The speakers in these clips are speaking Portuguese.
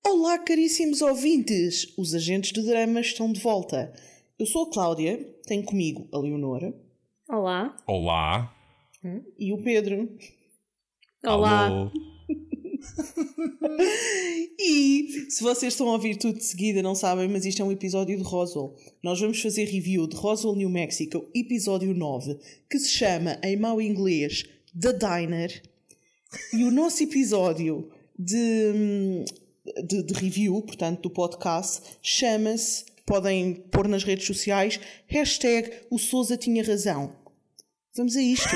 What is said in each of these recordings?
Olá, caríssimos ouvintes! Os agentes de drama estão de volta. Eu sou a Cláudia, tenho comigo a Leonora. Olá. Olá. E o Pedro. Olá. Alô. E se vocês estão a ouvir tudo de seguida, não sabem, mas isto é um episódio de Roswell. Nós vamos fazer review de Roswell, New Mexico, episódio 9, que se chama, em mau inglês, The Diner. E o nosso episódio de review, portanto, do podcast, chama-se, podem pôr nas redes sociais, hashtag o Sousa tinha razão. Vamos a isto.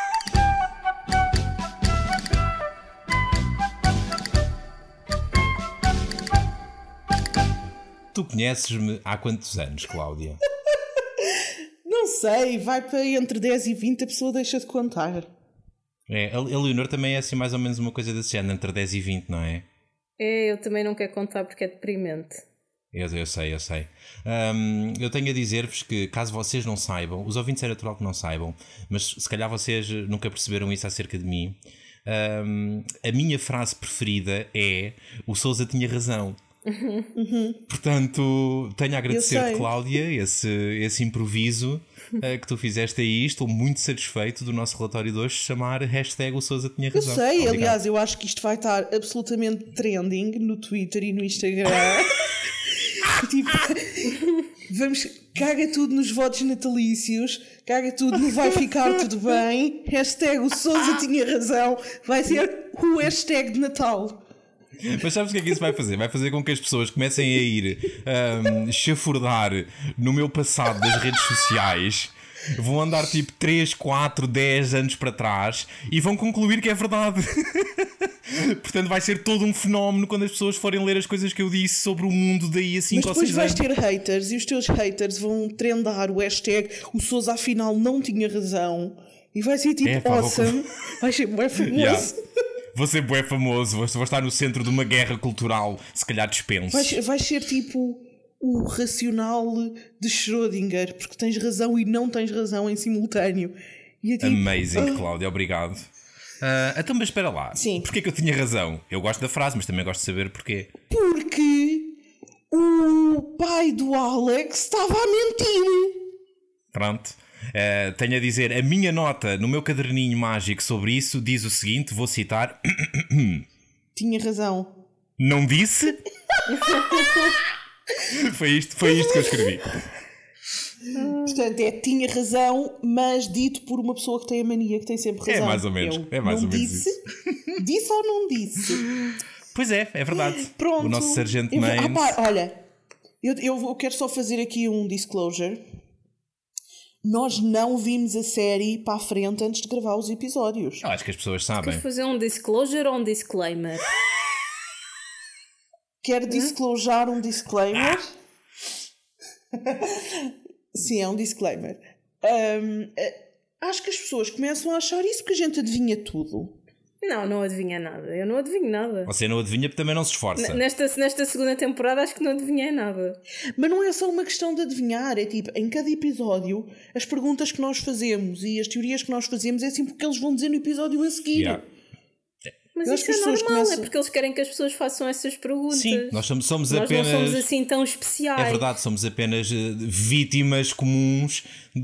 Tu conheces-me há quantos anos, Cláudia? Não sei, vai para entre 10 e 20, a pessoa deixa de contar. A Leonor também é assim mais ou menos uma coisa desse género, entre 10 e 20, não é? Eu também não quero contar porque é deprimente. Eu sei. Eu tenho a dizer-vos que, caso vocês não saibam, os ouvintes é natural que não saibam, mas se calhar vocês nunca perceberam isso acerca de mim, a minha frase preferida é: o Sousa tinha razão. Portanto, tenho a agradecer-te, Cláudia, esse improviso que tu fizeste aí. Estou muito satisfeito do nosso relatório de hoje chamar hashtag o Sousa tinha razão. Eu sei, Obrigado. aliás, eu acho que isto vai estar absolutamente trending no Twitter e no Instagram. Tipo, caga tudo nos votos natalícios, caga tudo no vai ficar tudo bem, hashtag o Sousa tinha razão, vai ser o hashtag de Natal. Mas sabes o que é que isso vai fazer? Vai fazer com que as pessoas comecem a ir chafurdar no meu passado das redes sociais, vão andar tipo 3, 4, 10 anos para trás e vão concluir que é verdade. Portanto, vai ser todo um fenómeno quando as pessoas forem ler as coisas que eu disse sobre o mundo daí a 5 ou 6 anos. Mas depois vais ter haters e os teus haters vão trendar o hashtag o Sousa afinal não tinha razão e vai ser tipo awesome, vai ser bem famoso. Yeah. Vou ser bué famoso, vou estar no centro de uma guerra cultural, se calhar dispenso. Vais ser tipo o racional de Schrödinger, porque tens razão e não tens razão em simultâneo. E é tipo, amazing, Cláudia, obrigado. Então, mas espera lá. Sim. Porquê que eu tinha razão? Eu gosto da frase, mas também gosto de saber porquê. Porque o pai do Alex estava a mentir. Pronto. Tenho a dizer, a minha nota no meu caderninho mágico sobre isso diz o seguinte, vou citar. Tinha razão. Não disse? Foi isto que eu escrevi. Portanto, tinha razão, mas dito por uma pessoa que tem a mania, que tem sempre razão. É mais ou menos, disse, isso. Disse ou não disse? Pois é verdade. Pronto. O nosso Sargento Mains. Olha, eu quero só fazer aqui um disclosure. Nós não vimos a série para a frente antes de gravar os episódios. Eu acho que as pessoas sabem. Queres fazer um disclosure ou um disclaimer? Quero disclosar um disclaimer. Sim, é um disclaimer. Acho que as pessoas começam a achar isso porque a gente adivinha tudo. Não adivinha nada. Eu não adivinho nada. Você não adivinha porque também não se esforça. Nesta segunda temporada acho que não adivinhei nada. Mas não é só uma questão de adivinhar. É tipo, em cada episódio, as perguntas que nós fazemos e as teorias que nós fazemos é assim porque eles vão dizer no episódio a seguir. Yeah. Mas isso é normal, é porque eles querem que as pessoas façam essas perguntas. Sim, nós somos nós apenas... não somos assim tão especiais. É verdade, somos apenas vítimas comuns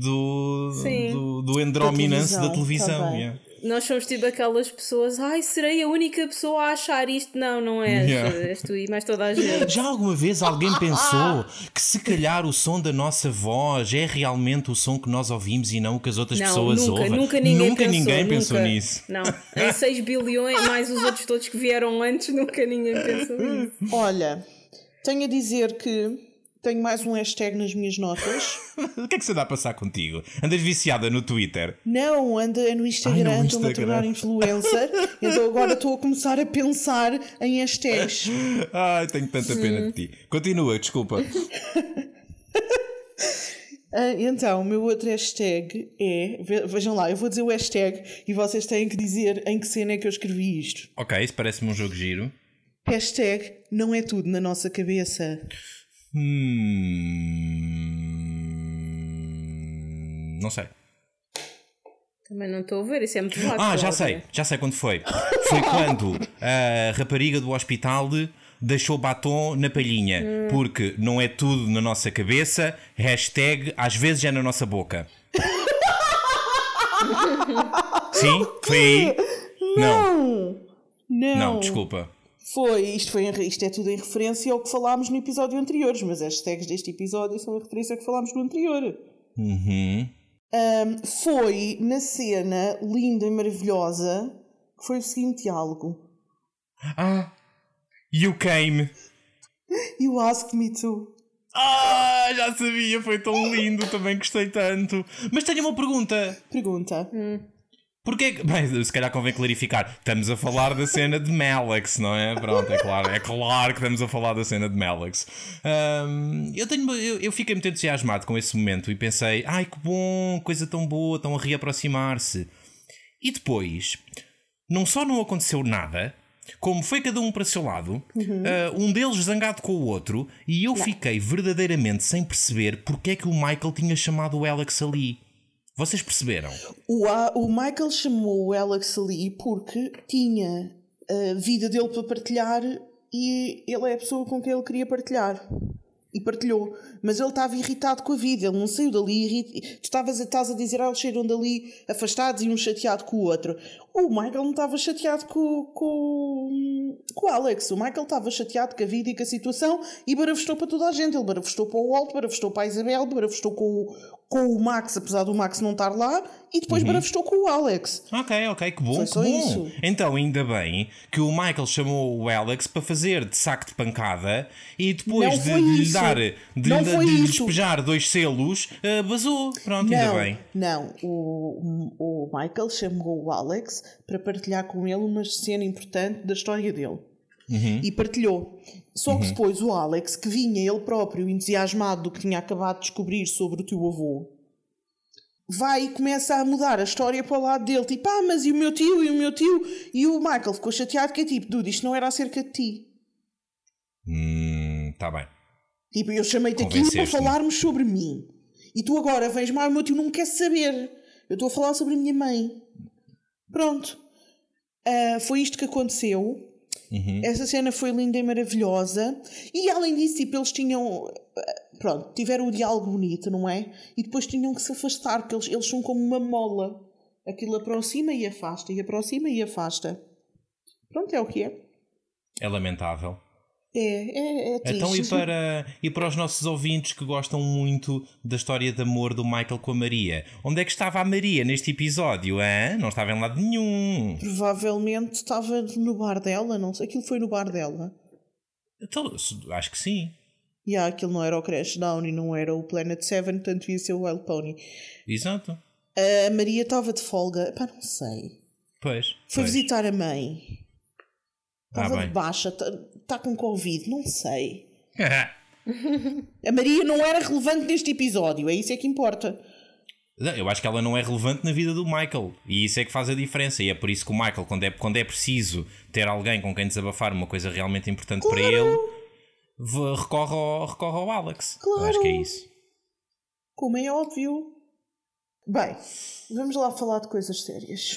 do endrominance da televisão. Yeah. Nós somos tipo aquelas pessoas, serei a única pessoa a achar isto. Não és. Yeah. És tu e mais toda a gente. Já alguma vez alguém pensou que se calhar o som da nossa voz é realmente o som que nós ouvimos e não o que as outras pessoas ouvem? Nunca ninguém pensou nisso. Não, em 6 bilhões, mais os outros todos que vieram antes, nunca ninguém pensou nisso. Olha, tenho a dizer que tenho mais um hashtag nas minhas notas. O que é que se dá a passar contigo? Andas viciada no Twitter? Não, anda no Instagram, estou-me a tornar influencer. Então agora estou a começar a pensar em hashtags. Tenho tanta pena de ti. Continua, desculpa. Então, o meu outro hashtag é... Vejam lá, eu vou dizer o hashtag e vocês têm que dizer em que cena é que eu escrevi isto. Ok, isso parece-me um jogo giro. Hashtag não é tudo na nossa cabeça. Não sei. Também não estou a ver, isso é muito vago. Já sei quando foi. Foi quando a rapariga do hospital deixou batom na palhinha. Porque não é tudo na nossa cabeça. Hashtag às vezes é na nossa boca. Sim? Foi aí? Não, desculpa. Isto é tudo em referência ao que falámos no episódio anterior, mas as hashtags deste episódio são em referência ao que falámos no anterior. Foi na cena linda e maravilhosa que foi o seguinte diálogo. You came. You asked me to. Já sabia, foi tão lindo, também gostei tanto. Mas tenho uma pergunta. Pergunta. Porquê que... Bem, se calhar convém clarificar. Estamos a falar da cena de Malex, não é? Pronto, é claro que estamos a falar da cena de Malex. Eu fiquei muito entusiasmado com esse momento e pensei, ai que bom, coisa tão boa, estão a reaproximar-se. E depois, não só não aconteceu nada, como foi cada um para o seu lado, um deles zangado com o outro, e eu fiquei verdadeiramente sem perceber porque é que o Michael tinha chamado o Alex ali. Vocês perceberam? O Michael chamou o Alex ali porque tinha a vida dele para partilhar e ele é a pessoa com quem ele queria partilhar. E partilhou. Mas ele estava irritado com a vida. Ele não saiu dali. Tu estás a dizer, eles saíram dali afastados e um chateado com o outro. O Michael não estava chateado com o Alex. O Michael estava chateado com a vida e com a situação e barafustou para toda a gente. Ele barafustou para o Walt, barafustou para a Isabel, barafustou com o Max, apesar do Max não estar lá, e depois barafustou com o Alex. Ok, que bom. Foi só isso. Então, ainda bem que o Michael chamou o Alex para fazer de saco de pancada e depois de lhe despejar 2 selos, basou. Pronto, ainda bem. Não, o Michael chamou o Alex para partilhar com ele uma cena importante da história dele. E partilhou. Só que depois o Alex, que vinha ele próprio entusiasmado do que tinha acabado de descobrir sobre o teu avô, vai e começa a mudar a história para o lado dele, tipo, mas e o meu tio, e o Michael ficou chateado que é tipo, dude, isto não era acerca de ti. Tá bem. Tipo, eu chamei-te aqui para falarmos sobre mim e tu agora vens mais, o meu tio não quer saber, eu estou a falar sobre a minha mãe. Pronto. Foi isto que aconteceu. Essa cena foi linda e maravilhosa. E além disso, tipo, eles tinham... tiveram o diálogo bonito, não é? E depois tinham que se afastar, porque eles são como uma mola. Aquilo aproxima e afasta, e aproxima e afasta. Pronto, é o que é. É lamentável. É triste. Então, e para os nossos ouvintes que gostam muito da história de amor do Michael com a Maria, onde é que estava a Maria neste episódio? Hein? Não estava em lado nenhum. Provavelmente estava no bar dela, não sei. Aquilo foi no bar dela. Então, acho que sim. Aquilo não era o Crashdown e não era o Planet 7, portanto ia ser o Wild Pony. Exato. A Maria estava de folga. Não sei. Pois. Foi visitar a mãe. Estava de bem. baixa, está com Covid, não sei. A Maria não era relevante neste episódio, é isso é que importa. Eu acho que ela não é relevante na vida do Michael. E isso é que faz a diferença. E é por isso que o Michael, quando é preciso ter alguém com quem desabafar uma coisa realmente importante para ele, recorre ao Alex. Claro. Eu acho que é isso. Como é óbvio. Bem, vamos lá falar de coisas sérias.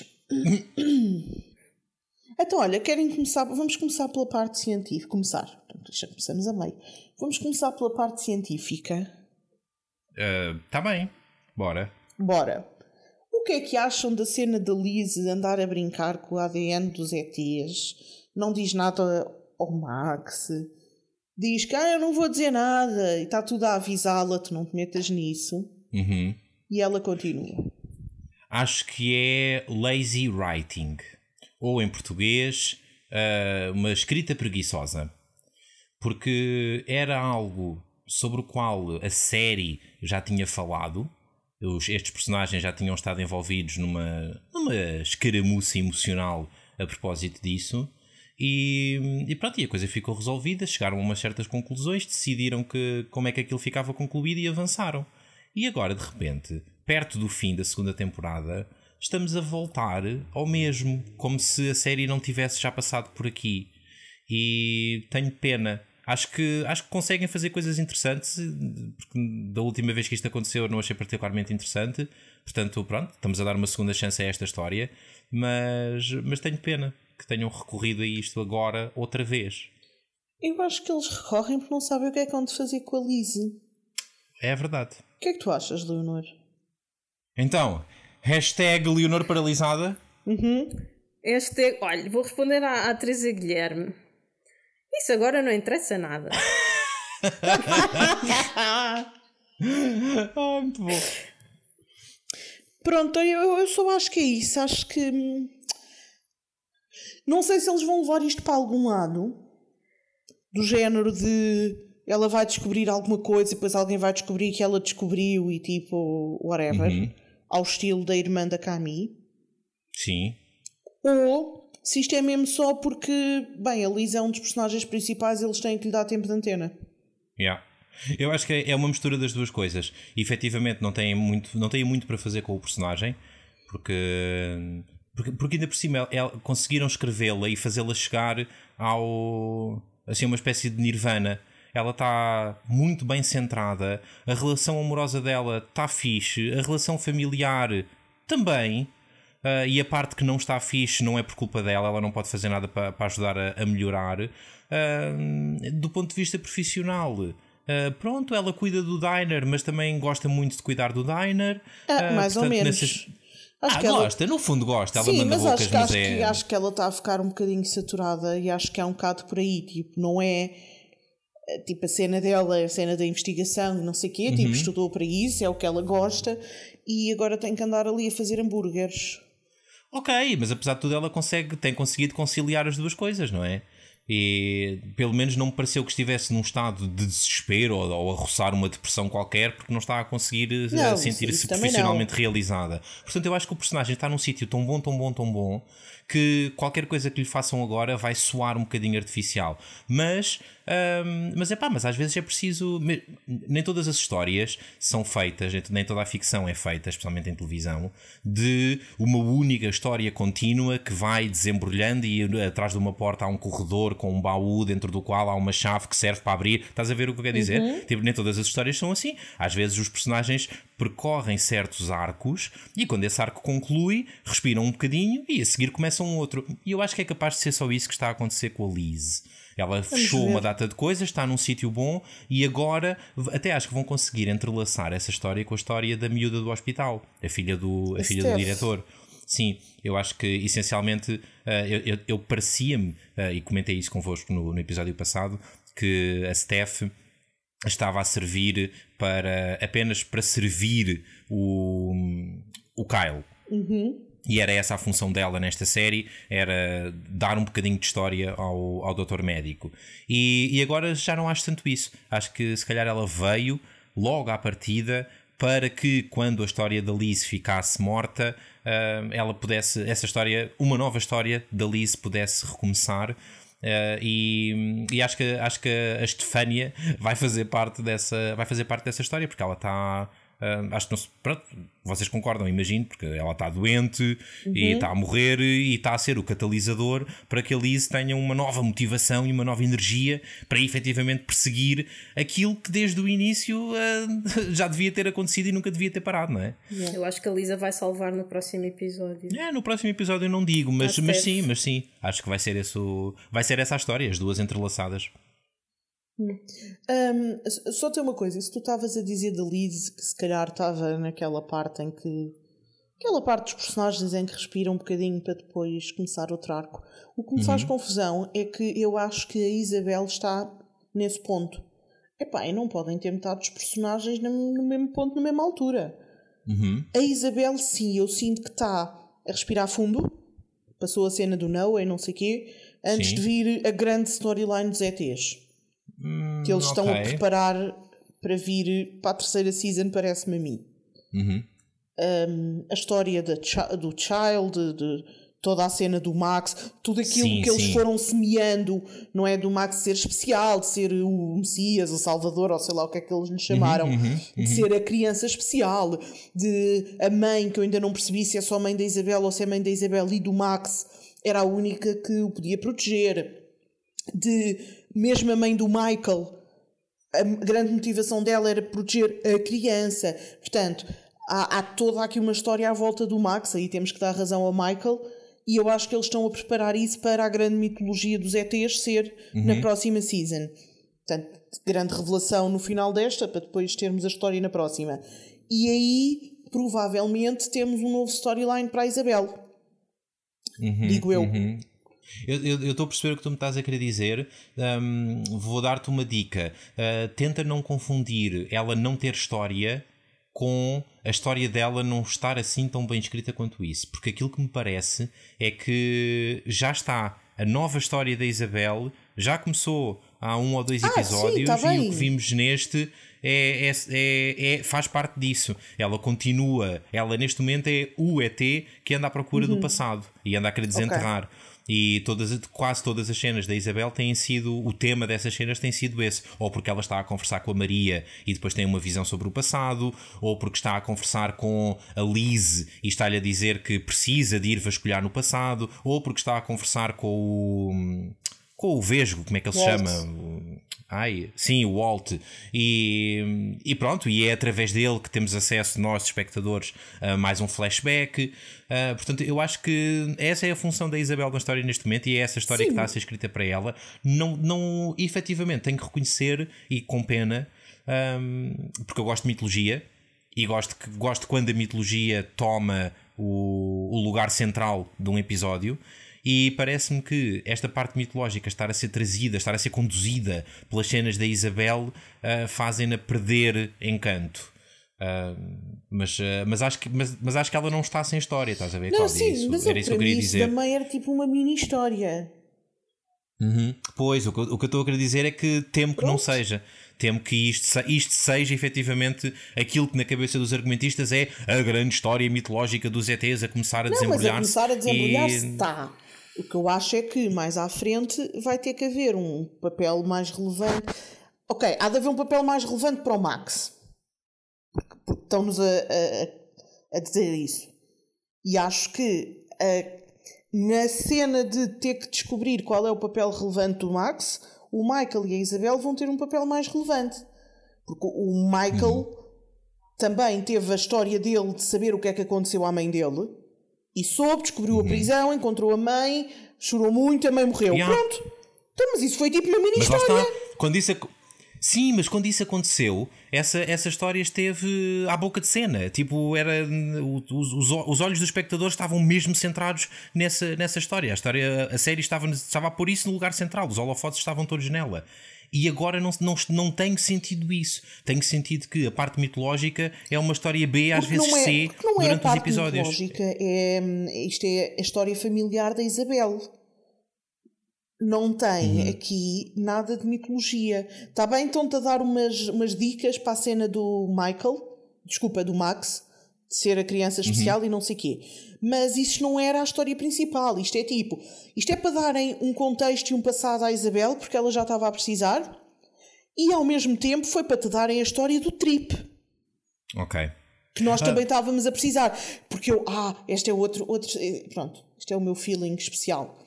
Então, olha, querem começar? Vamos começar pela parte científica. Já começamos a meio. Vamos começar pela parte científica. Tá bem. Bora. O que é que acham da cena da Liz andar a brincar com o ADN dos ETs? Não diz nada ao Max. Diz que eu não vou dizer nada. E está tudo a avisá-la, tu não te metas nisso. E ela continua. Acho que é lazy writing. Ou em português, uma escrita preguiçosa. Porque era algo sobre o qual a série já tinha falado. Estes personagens já tinham estado envolvidos numa escaramuça emocional a propósito disso. E pronto, e a coisa ficou resolvida. Chegaram a umas certas conclusões, decidiram como é que aquilo ficava concluído e avançaram. E agora, de repente, perto do fim da segunda temporada, estamos a voltar ao mesmo, como se a série não tivesse já passado por aqui. E tenho pena. Acho que conseguem fazer coisas interessantes, porque da última vez que isto aconteceu eu não achei particularmente interessante. Portanto, pronto, estamos a dar uma segunda chance a esta história. Mas tenho pena que tenham recorrido a isto agora outra vez. Eu acho que eles recorrem porque não sabem o que é que vão de fazer com a Lizzie. É verdade. O que é que tu achas, Leonor? Então, hashtag Leonor paralisada. Olha, vou responder à Teresa Guilherme. Isso agora não interessa nada. Muito bom. Pronto, eu só acho que é isso. Acho que... Não sei se eles vão levar isto para algum lado. Do género de... Ela vai descobrir alguma coisa e depois alguém vai descobrir que ela descobriu e tipo... Whatever. Ao estilo da irmã da Camille. Sim. Ou se isto é mesmo só porque... Bem, a Liz é um dos personagens principais e eles têm que lhe dar tempo de antena. Yeah. Eu acho que é uma mistura das duas coisas. E, efetivamente não têm muito para fazer com o personagem, porque ainda por cima conseguiram escrevê-la e fazê-la chegar ao... assim, uma espécie de nirvana. Ela está muito bem centrada, a relação amorosa dela está fixe, a relação familiar também. E a parte que não está fixe não é por culpa dela, ela não pode fazer nada para ajudar a melhorar. Do ponto de vista profissional... pronto, ela cuida do diner, mas também gosta muito de cuidar do diner. Mais portanto, ou menos. Acho que gosta, no fundo gosta. Ela sim, manda mas bocas, acho que ela está a ficar um bocadinho saturada e acho que é um bocado por aí. Tipo, não é tipo a cena dela, a cena da investigação e não sei o quê. Tipo, estudou para isso, é o que ela gosta e agora tem que andar ali a fazer hambúrgueres. Ok, mas apesar de tudo ela tem conseguido conciliar as duas coisas, não é? E pelo menos não me pareceu que estivesse num estado de desespero ou a roçar uma depressão qualquer porque não está a conseguir sentir-se profissionalmente realizada. Portanto, eu acho que o personagem está num sítio tão bom que qualquer coisa que lhe façam agora vai soar um bocadinho artificial. Mas às vezes é preciso... Nem todas as histórias são feitas, nem toda a ficção é feita, especialmente em televisão, de uma única história contínua que vai desembrulhando e atrás de uma porta há um corredor com um baú dentro do qual há uma chave que serve para abrir. Estás a ver o que eu quero dizer? Tipo, nem todas as histórias são assim. Às vezes os personagens percorrem certos arcos e quando esse arco conclui, respiram um bocadinho e a seguir começa um outro. E eu acho que é capaz de ser só isso que está a acontecer com a Liz. Ela fechou uma data de coisas, está num sítio bom e agora até acho que vão conseguir entrelaçar essa história com a história da miúda do hospital, a filha do diretor. Sim, eu acho que essencialmente eu parecia-me, e comentei isso convosco no episódio passado, que a Steph estava a servir apenas para servir o Kyle. E era essa a função dela nesta série, era dar um bocadinho de história ao doutor médico. E agora já não acho tanto isso. Acho que se calhar ela veio logo à partida para que quando a história da Liz ficasse morta, ela pudesse, uma nova história da Liz pudesse recomeçar. E acho que a Estefânia vai fazer parte dessa história, porque ela está... acho que não se, pronto, vocês concordam, imagino, porque ela está doente e está a morrer e está a ser o catalisador para que a Liz tenha uma nova motivação e uma nova energia para efetivamente perseguir aquilo que desde o início já devia ter acontecido e nunca devia ter parado, não é? Eu acho que a Lisa vai salvar no próximo episódio. No próximo episódio eu não digo, mas sim, acho que vai ser essa a história, as duas entrelaçadas. Só tem uma coisa, se tu estavas a dizer da Liz que se calhar estava naquela parte em que aquela parte dos personagens em que respira um bocadinho para depois começar outro arco, o que me faz confusão é que eu acho que a Isabel está nesse ponto. E não podem ter metade dos personagens no mesmo ponto, na mesma altura. A Isabel, sim, eu sinto que está a respirar fundo, passou a cena do Noah e não sei o quê, antes de vir a grande storyline dos ETs. Que eles estão a preparar para vir para a terceira season, parece-me a mim. A história do Child, de toda a cena do Max, tudo aquilo que eles foram semeando, não é? Do Max ser especial, de ser o Messias, o Salvador, ou sei lá o que é que eles lhe chamaram, de ser a criança especial, de a mãe, que eu ainda não percebi se é só a mãe da Isabel ou se é a mãe da Isabel e do Max era a única que o podia proteger, de mesmo a mãe do Michael, a grande motivação dela era proteger a criança. Portanto, há toda aqui uma história à volta do Max, aí temos que dar razão ao Michael, E eu acho que eles estão a preparar isso para a grande mitologia dos ETs ser na próxima season. Portanto, grande revelação no final desta, para depois termos a história na próxima. E aí, provavelmente, temos um novo storyline para a Isabel. Digo eu. Eu estou a perceber o que tu me estás a querer dizer. Vou dar-te uma dica. Tenta não confundir ela não ter história com a história dela não estar assim tão bem escrita quanto isso. Porque aquilo que me parece é que já está. A nova história da Isabel já começou há 1 ou 2 episódios, sim, tá e o que vimos neste faz parte disso. Ela continua, ela neste momento é o ET que anda à procura do passado e anda a querer desenterrar. E quase todas as cenas da Isabel têm sido, o tema dessas cenas tem sido esse, ou porque ela está a conversar com a Maria e depois tem uma visão sobre o passado, ou porque está a conversar com a Liz e está-lhe a dizer que precisa de ir vasculhar no passado, ou porque está a conversar com o Vesgo, como é que ele se chama? Sim, o Walt. E pronto, e é através dele que temos acesso, nós espectadores, a mais um flashback. Portanto, eu acho que essa é a função da Isabel na história neste momento, e é essa história que está a ser escrita para ela. Não, efetivamente, tenho que reconhecer, e com pena, porque eu gosto de mitologia, e gosto quando a mitologia toma o lugar central de um episódio. E parece-me que esta parte mitológica estar a ser trazida, estar a ser conduzida pelas cenas da Isabel, fazem-na perder encanto. Mas acho que ela não está sem história, estás a ver, não, Cláudia? Sim, mas era isso que eu queria dizer. Também era tipo uma mini história. Pois, o que eu estou a querer dizer é que temo que não seja. Temo que isto seja efetivamente aquilo que na cabeça dos argumentistas é a grande história mitológica dos ETs a começar a desembrulhar-se. Mas a começar a desembrulhar-se está. O que eu acho é que mais à frente vai ter que haver um papel mais relevante. Ok, há de haver um papel mais relevante para o Max. Porque estão-nos a dizer isso. E acho que na cena de ter que descobrir qual é o papel relevante do Max, o Michael e a Isabel vão ter um papel mais relevante. Porque o Michael também teve a história dele de saber o que é que aconteceu à mãe dele. E soube, descobriu a prisão, encontrou a mãe, chorou muito, a mãe morreu. Pronto. Então, mas isso foi tipo uma mini história. Sim, mas quando isso aconteceu, essa história esteve à boca de cena. Tipo, os olhos dos espectadores estavam mesmo centrados nessa história. A série estava a pôr isso no lugar central. Os holofotes estavam todos nela. E agora não tenho sentido isso. Tenho sentido que a parte mitológica é uma história B, às vezes C, durante os episódios. Isto é a história familiar da Isabel. Não tem aqui nada de mitologia. Está bem, estão-te a dar umas dicas para a cena do Max, de ser a criança especial e não sei o quê. Mas isso não era a história principal. Isto é para darem um contexto e um passado à Isabel, porque ela já estava a precisar, e ao mesmo tempo foi para te darem a história do Trip. Ok. Que nós também estávamos a precisar. Porque este é outro. Pronto, este é o meu feeling especial.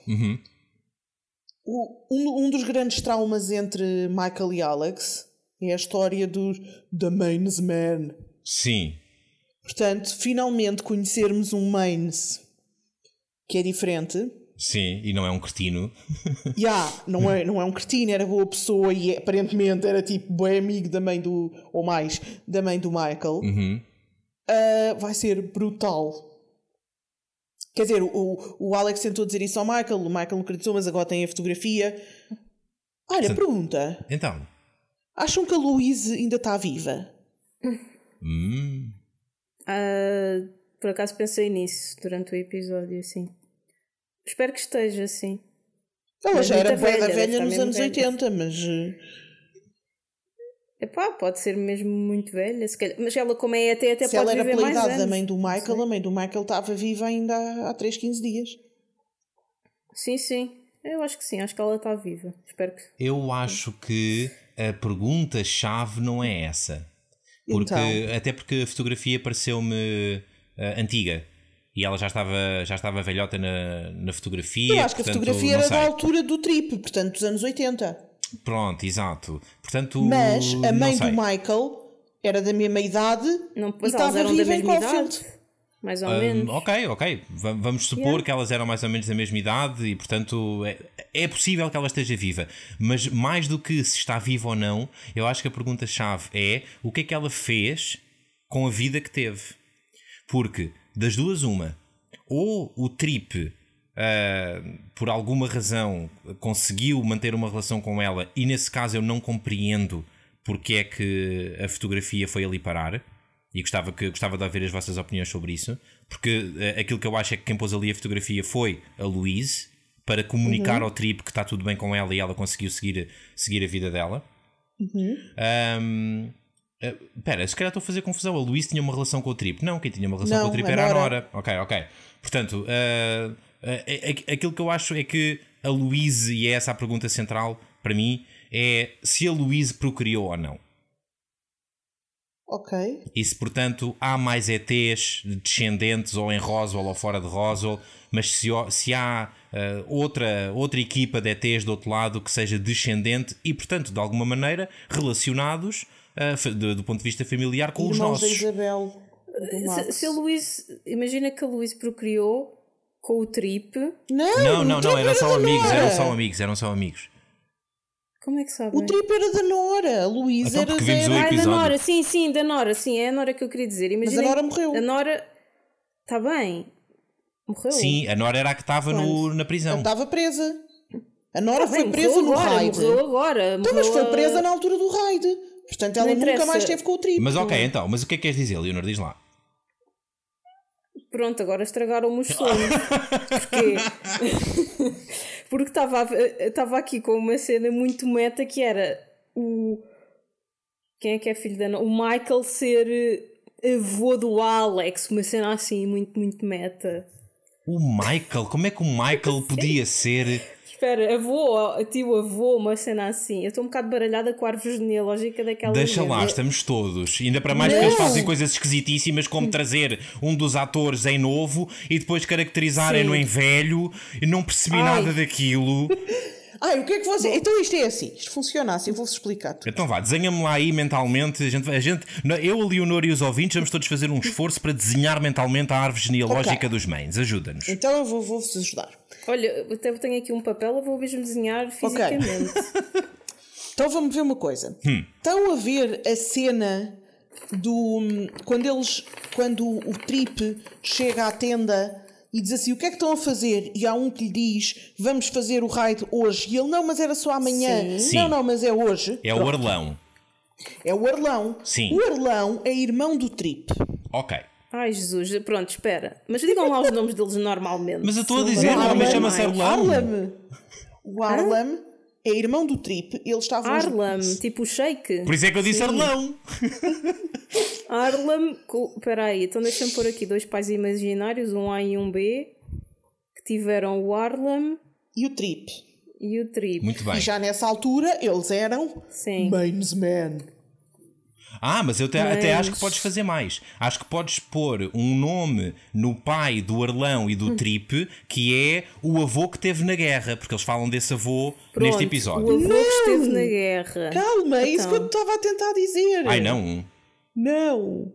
Um dos grandes traumas entre Michael e Alex é a história do The Mains Man. Sim. Portanto, finalmente conhecermos um Mains que é diferente. Sim, e não é um cretino. Não é um cretino, era boa pessoa e aparentemente era tipo bem amigo da mãe da mãe do Michael. Vai ser brutal. Quer dizer, o Alex tentou dizer isso ao Michael, o Michael não acreditou, mas agora tem a fotografia. Olha, pergunta. Então. Acham que a Louise ainda está viva? Por acaso pensei nisso durante o episódio, assim. Espero que esteja, assim. Ela já era velha nos anos 80, mas... Epá, pode ser mesmo muito velha, se calhar. Mas ela, como é até se pode viver mais anos. Se ela era pela idade da mãe do Michael, a mãe do Michael estava viva ainda há 3-15 dias. Sim. Eu acho que sim, acho que ela está viva. Espero que... Eu acho que a pergunta-chave não é essa. Até porque a fotografia pareceu-me antiga. E ela já estava velhota na fotografia. Eu acho que a fotografia era da altura do Trip, portanto dos anos 80. Pronto, exato. Portanto, mas a mãe do Michael era da mesma idade e estava viva em Caulfield. Mais ou menos. Ok. Vamos supor que elas eram mais ou menos da mesma idade e, portanto, é possível que ela esteja viva. Mas mais do que se está viva ou não, eu acho que a pergunta-chave é o que é que ela fez com a vida que teve. Porque, das duas, uma, ou o Trip, por alguma razão, conseguiu manter uma relação com ela e, nesse caso, eu não compreendo porque é que a fotografia foi ali parar. E gostava de ouvir as vossas opiniões sobre isso, porque aquilo que eu acho é que quem pôs ali a fotografia foi a Louise, para comunicar ao Trip que está tudo bem com ela e ela conseguiu seguir a vida dela. Espera, se calhar estou a fazer confusão. A Louise tinha uma relação com o Trip. Não, quem tinha uma relação com o Trip era a Nora. Ok. Portanto, aquilo que eu acho é que a Louise, e é essa a pergunta central para mim, é se a Louise procriou ou não. Ok. E se, portanto, há mais ETs descendentes ou em Roswell ou fora de Roswell, mas se há outra equipa de ETs do outro lado que seja descendente e, portanto, de alguma maneira relacionados do ponto de vista familiar com os nossos. Da Isabel. Se a Louise, imagina que a Louise procriou com o Trip. Não, eram só amigos. Como é que sabem? O Trip era da Nora, a Louise então, era da Nora, sim, da Nora, sim, é a Nora que eu queria dizer. Imagina, mas a Nora morreu. A Nora está bem, morreu. Sim, a Nora era a que estava na prisão. Ela estava presa. A Nora foi presa no raid. Morreu agora. Então, mas foi presa na altura do raid. Portanto, ela nunca mais esteve com o Trip. Mas ok, então, mas o que é que queres dizer, Leonor? Diz lá. Pronto, agora estragaram-me os sonhos. Porquê? Porque estava aqui com uma cena muito meta que era quem é que é filho da Nora? O Michael ser avô do Alex, uma cena assim muito, muito meta. O Michael? Como é que o Michael podia ser... Espera, tio-avô, uma cena assim. Eu estou um bocado baralhada com a árvore genealógica daquela... Deixa lá, estamos todos. Ainda para mais que eles fazem coisas esquisitíssimas, como trazer um dos atores em novo e depois caracterizarem-no em velho. E não percebi nada daquilo. O que é que você... Então isto é assim. Isto funciona assim, vou-vos explicar tudo. Então vá, desenha-me lá aí mentalmente. Eu, a Leonor e os ouvintes vamos todos fazer um esforço para desenhar mentalmente a árvore genealógica dos Mains. Ajuda-nos. Então eu vou-vos ajudar. Olha, eu até tenho aqui um papel, eu vou mesmo desenhar fisicamente. Okay. Então vamos ver uma coisa. Estão a ver a cena quando o Trip chega à tenda e diz assim, o que é que estão a fazer? E há um que lhe diz, vamos fazer o raid hoje. E ele, não, mas era só amanhã. Sim. Não, mas é hoje. É. Pronto. O Arlão. É o Arlão. Sim. O Arlão é irmão do Trip. Ok. Ai, Jesus, pronto, espera. Mas digam lá os nomes deles normalmente. Mas eu estou a dizer, o homem chama-se Arlão. O Arlam é irmão do Trip. Eles estavam... Arlam, tipo o Shake. Por isso é que eu disse Arlão. Arlam, espera aí, então deixa-me pôr aqui dois pais imaginários, um A e um B, que tiveram o Arlam e o Trip. Muito bem. E já nessa altura eles eram Mainsmen. Mas eu até acho que podes fazer mais. Acho que podes pôr um nome no pai do Arlão e do Trip, que é o avô que esteve na guerra, porque eles falam desse avô neste episódio. O avô que esteve na guerra. Calma, é isso que eu estava a tentar dizer. Ai, não. Não.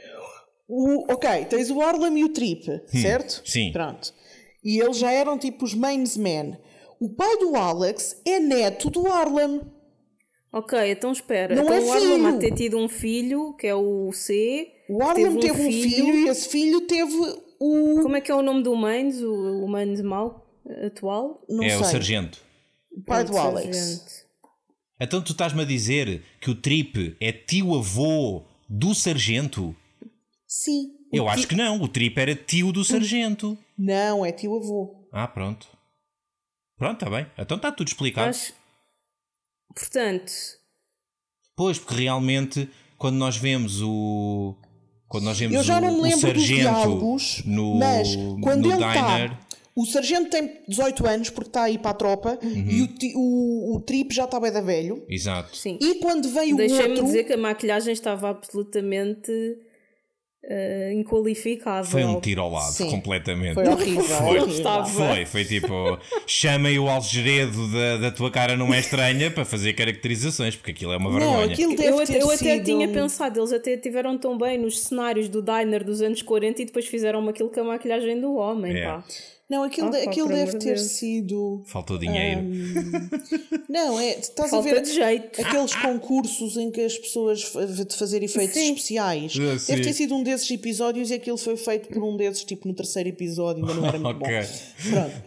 Ok, tens o Arlam e o Trip, certo? Sim. Pronto. E eles já eram tipo os Mainsmen. O pai do Alex é neto do Arlam. Ok, então espera. Não então é o Arlam há de ter tido um filho, que é o C. O Arlam teve um filho e esse filho teve o... Como é que é o nome do Mains? O Mains mau atual? Não sei. O Sargento. O pai do Alex. Então tu estás-me a dizer que o Trip é tio-avô do Sargento? Sim. Eu acho que não. O Trip era tio do Sargento. Não, é tio-avô. Pronto. Pronto, está bem. Então está tudo explicado. Portanto... Pois, porque realmente quando nós vemos o eu já não me lembro Sargento dos diálogos, mas quando no ele diner... O Sargento tem 18 anos porque está aí para a tropa e o Trip já está bem da velho. Exato. Sim. E quando veio o outro... Deixei-me dizer que a maquilhagem estava absolutamente inqualificável. Foi um tiro ao lado, Sim. completamente. Foi horrível. Não estava. Foi tipo, chamem o algeredo da tua cara não é estranha para fazer caracterizações, porque aquilo é uma Não, vergonha. aquilo deve Eu ter até sido... tinha pensado, eles até tiveram tão bem nos cenários do diner dos anos 40 e depois fizeram aquilo com a maquilhagem do homem, É. pá. Não, aquilo, Pá, aquilo por deve amor de ter Deus. sido... Faltou dinheiro. Não, estás Falta a ver de jeito. aqueles concursos em que as pessoas de fazer efeitos Sim. especiais. Ah, sim. Deve ter sido um desses episódios e aquilo foi feito por um desses, tipo no terceiro episódio, ainda não era muito Ok. bom. Pronto.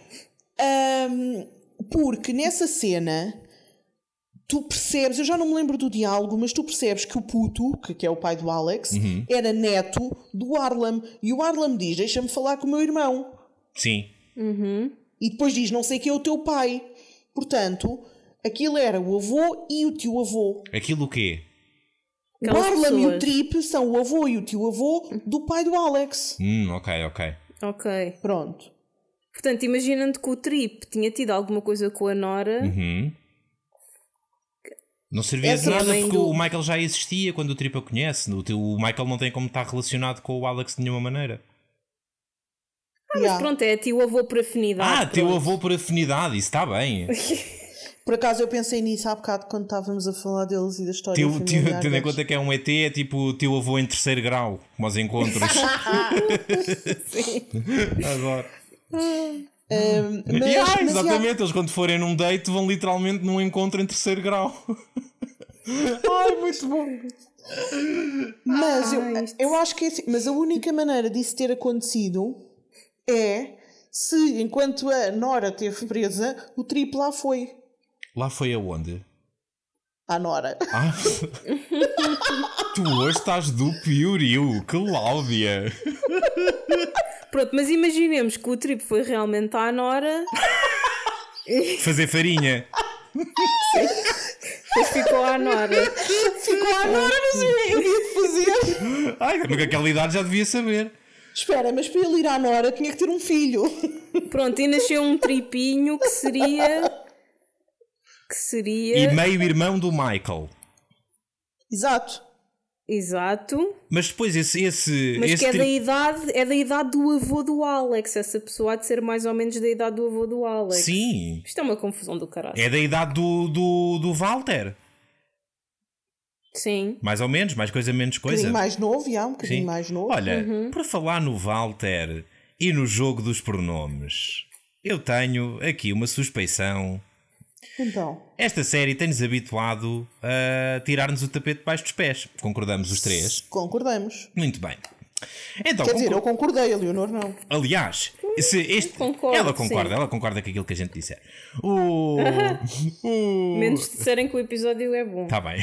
Porque nessa cena tu percebes, eu já não me lembro do diálogo, mas tu percebes que o puto, que é o pai do Alex, era neto do Harlem. E o Harlem diz: deixa-me falar com o meu irmão. Sim. E depois diz: não sei quem é o teu pai. Portanto, aquilo era o avô e o tio-avô. Aquilo o quê? O Aquelas Harlem e o pessoas. Trip são o avô e o tio-avô do pai do Alex. Ok. Ok. Pronto. Portanto, imaginando que o Trip tinha tido alguma coisa com a Nora, Não servia de Essa nada também porque do- o Michael já existia quando o Trip a conhece. O Michael não tem como estar relacionado com o Alex de nenhuma maneira. Yeah. pronto, é tio-avô por afinidade. Teu pronto. avô por afinidade, isso está bem. Por acaso eu pensei nisso há bocado quando estávamos a falar deles e da história familiar Tendo em deles. conta que é um ET, é tipo teu avô em terceiro grau, como aos encontros. Adoro. Mas, Exatamente, eles quando forem num date vão literalmente num encontro em terceiro grau. Ai, muito bom. Mas eu acho que é assim, mas a única maneira disso ter acontecido é se, enquanto a Nora esteve presa, o Trip lá foi. Lá foi aonde? À Nora. Ah, tu hoje estás do piorio, Cláudia. Pronto, mas imaginemos que o Trip foi realmente à Nora, Fazer farinha. depois ficou à Nora. Ficou à Nora, não sei o que eu ia fazer. Ai, mas naquela idade já devia saber. Espera, mas para ele ir à Nora tinha que ter um filho. Pronto, e nasceu um tripinho que seria. E meio-irmão do Michael. Exato. Exato. Mas depois Mas esse que é da idade do avô do Alex. Essa pessoa há de ser mais ou menos da idade do avô do Alex. Sim. Isto é uma confusão do caralho. É da idade do Walter. Sim. Mais ou menos, mais coisa, menos Um coisa. bocadinho mais novo, já, um bocadinho Sim. mais novo. Olha, para falar no Walter e no jogo dos pronomes, eu tenho aqui uma suspeição. Então, Esta série tem-nos habituado a tirar-nos o tapete debaixo dos pés. Concordamos os três? concordamos. Muito bem. Então, Quer dizer, eu concordei, a Leonor não. aliás, se este... Concordo, ela concorda, sim. ela concorda com aquilo que a gente disser. Menos de disserem que o episódio é bom. Tá bem.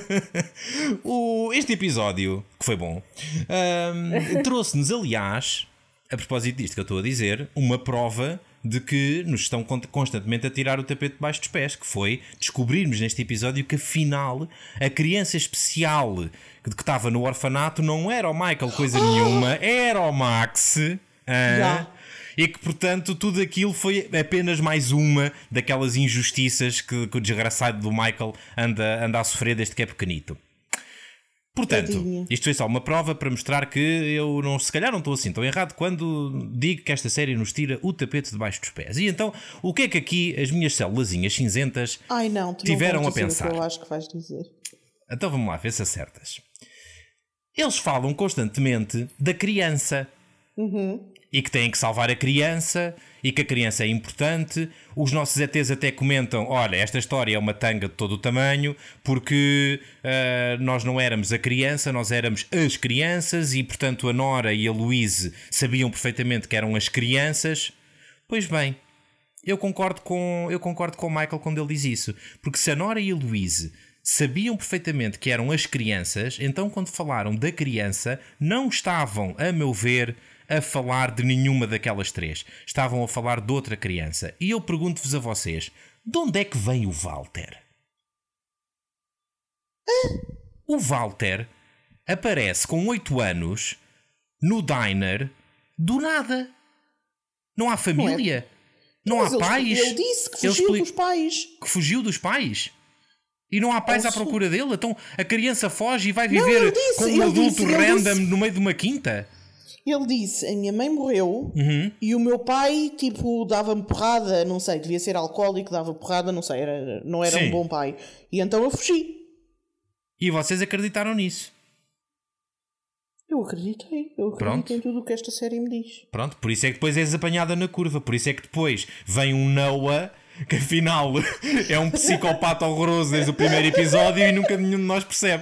Este episódio, que foi bom, trouxe-nos, aliás, a propósito disto que eu estou a dizer, uma prova de que nos estão constantemente a tirar o tapete debaixo dos pés, que foi descobrirmos neste episódio que afinal a criança especial que estava no orfanato não era o Michael coisa nenhuma, era o Max. Já. E que, portanto, tudo aquilo foi apenas mais uma daquelas injustiças que o desgraçado do Michael anda a sofrer desde que é pequenito. Portanto, Tadinho. isto foi só uma prova para mostrar que eu não, se calhar não estou assim tão errado quando digo que esta série nos tira o tapete debaixo dos pés. E então, o que é que aqui as minhas célulazinhas cinzentas Ai não, tu tiveram não a vais dizer pensar? o que eu acho que vais dizer. Então vamos lá, ver se acertas. Eles falam constantemente da criança. E que têm que salvar a criança e que a criança é importante. Os nossos ETs até comentam: olha, esta história é uma tanga de todo o tamanho porque nós não éramos a criança, nós éramos as crianças e, portanto, a Nora e a Louise sabiam perfeitamente que eram as crianças. Pois bem, eu concordo com o Michael quando ele diz isso. Porque se a Nora e a Louise sabiam perfeitamente que eram as crianças, então quando falaram da criança, não estavam, a meu ver, a falar de nenhuma daquelas três. Estavam a falar de outra criança. E eu pergunto-vos a vocês, de onde é que vem o Walter? O Walter aparece com 8 anos no diner do nada. Não há família. Não Mas há pais. ele disse que Ele fugiu expli- dos pais. Que fugiu dos pais? E não há pais à procura dele? Então a criança foge e vai viver ele disse, com um ele adulto disse, ele random disse. no meio de uma quinta? Ele disse, a minha mãe morreu e o meu pai, tipo, dava-me porrada, não sei, devia ser alcoólico, dava porrada, não sei, não era Sim. um bom pai. E então eu fugi. E vocês acreditaram nisso? Eu acreditei Pronto. em tudo o que esta série me diz. Pronto, por isso é que depois és apanhada na curva. Por isso é que depois vem um Noah, que afinal é um psicopata horroroso desde o primeiro episódio e nunca nenhum de nós percebe.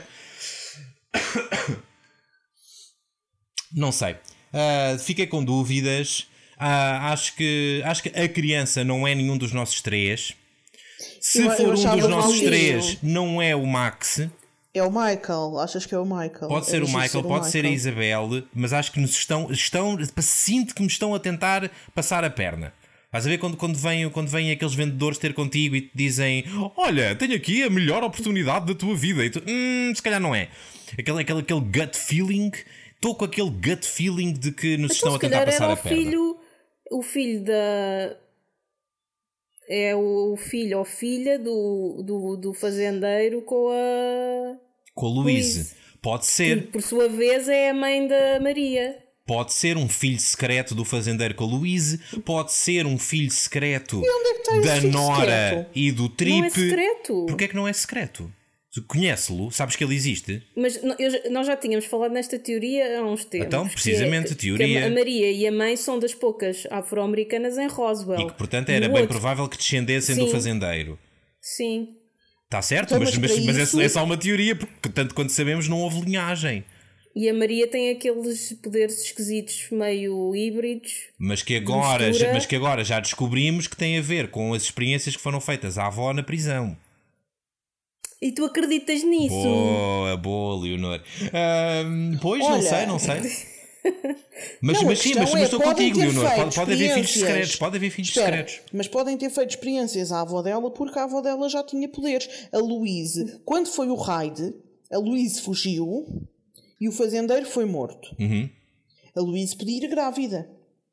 Não sei. Fiquei com dúvidas. Acho que a criança não é nenhum dos nossos três. Se Eu for um achava dos nossos que três, não é o Max. É o Michael, achas que é o Michael? Pode ser o Michael, pode ser a Isabel, mas acho que nos sinto que me estão a tentar passar a perna. Vais a ver quando vêm aqueles vendedores ter contigo e te dizem: olha, tenho aqui a melhor oportunidade da tua vida. E tu, se calhar não é. Aquele gut feeling. Estou com aquele gut feeling de que nos estão a tentar passar a perna. O filho da... É o filho ou filha do fazendeiro com a Louise. Pode ser. Que, por sua vez, é a mãe da Maria. Pode ser um filho secreto do fazendeiro com a Louise. Pode ser um filho secreto da Nora secreto? e do Trip. Não é secreto. Porquê é que não é secreto? Conhece-lo? Sabes que ele existe? Mas nós já tínhamos falado nesta teoria há uns tempos. Então, precisamente, a teoria... Que a Maria e a mãe são das poucas afro-americanas em Roswell. E que, portanto, era bem provável que descendessem do fazendeiro. Sim. Está certo? Então, mas é só uma teoria, porque tanto quanto sabemos não houve linhagem. E a Maria tem aqueles poderes esquisitos meio híbridos. Mas que agora já descobrimos que tem a ver com as experiências que foram feitas à avó na prisão. E tu acreditas nisso? Boa, Leonor. Pois, Olha, não sei. Mas estou podem contigo, ter Leonor. feito Pode haver filhos experiências. secretos. Pode haver filhos Espera, secretos. mas podem ter feito experiências à avó dela porque a avó dela já tinha poderes. A Louise, quando foi o raid, a Louise fugiu e o fazendeiro foi morto. A Louise podia ir grávida.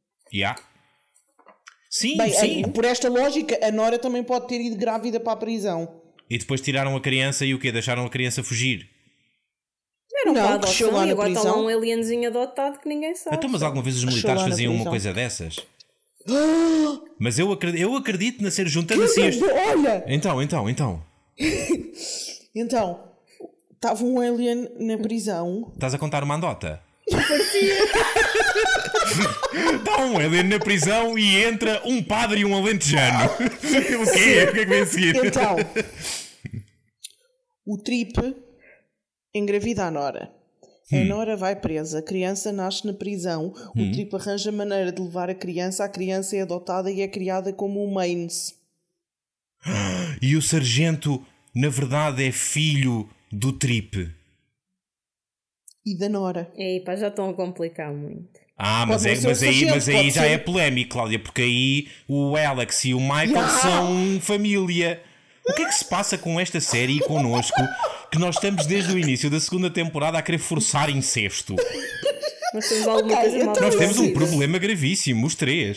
Sim, Bem, sim. por esta lógica, a Nora também pode ter ido grávida para a prisão. E depois tiraram a criança e o quê? Deixaram a criança fugir. Era para a cresceu lá adoção na e agora está prisão. lá um alienzinho adotado que ninguém sabe. Então, mas alguma vez os Cresceu militares lá na faziam uma prisão. coisa dessas? Mas eu acredito na ser juntando assim este... Olha! Então. Então, estava um alien na prisão. Estás a contar uma andota? Está um alien na prisão e entra um padre e um alentejano. O quê? O que é que vem a seguir? Então, o Trip engravida a Nora. A Nora vai presa, a criança nasce na prisão, o Trip arranja maneira de levar a criança é adotada e é criada como um Maines. E o sargento, na verdade, é filho do Trip. E da Nora. Ei, pá, já estão a complicar muito. Mas Pode não ser o sargento, aí pode já ser- é polémico, Cláudia, porque aí o Alex e o Michael são família. O que é que se passa com esta série e connosco que nós estamos desde o início da segunda temporada a querer forçar incesto? Nós temos alguma coisa mal. Nós temos um Sim. problema gravíssimo, os três.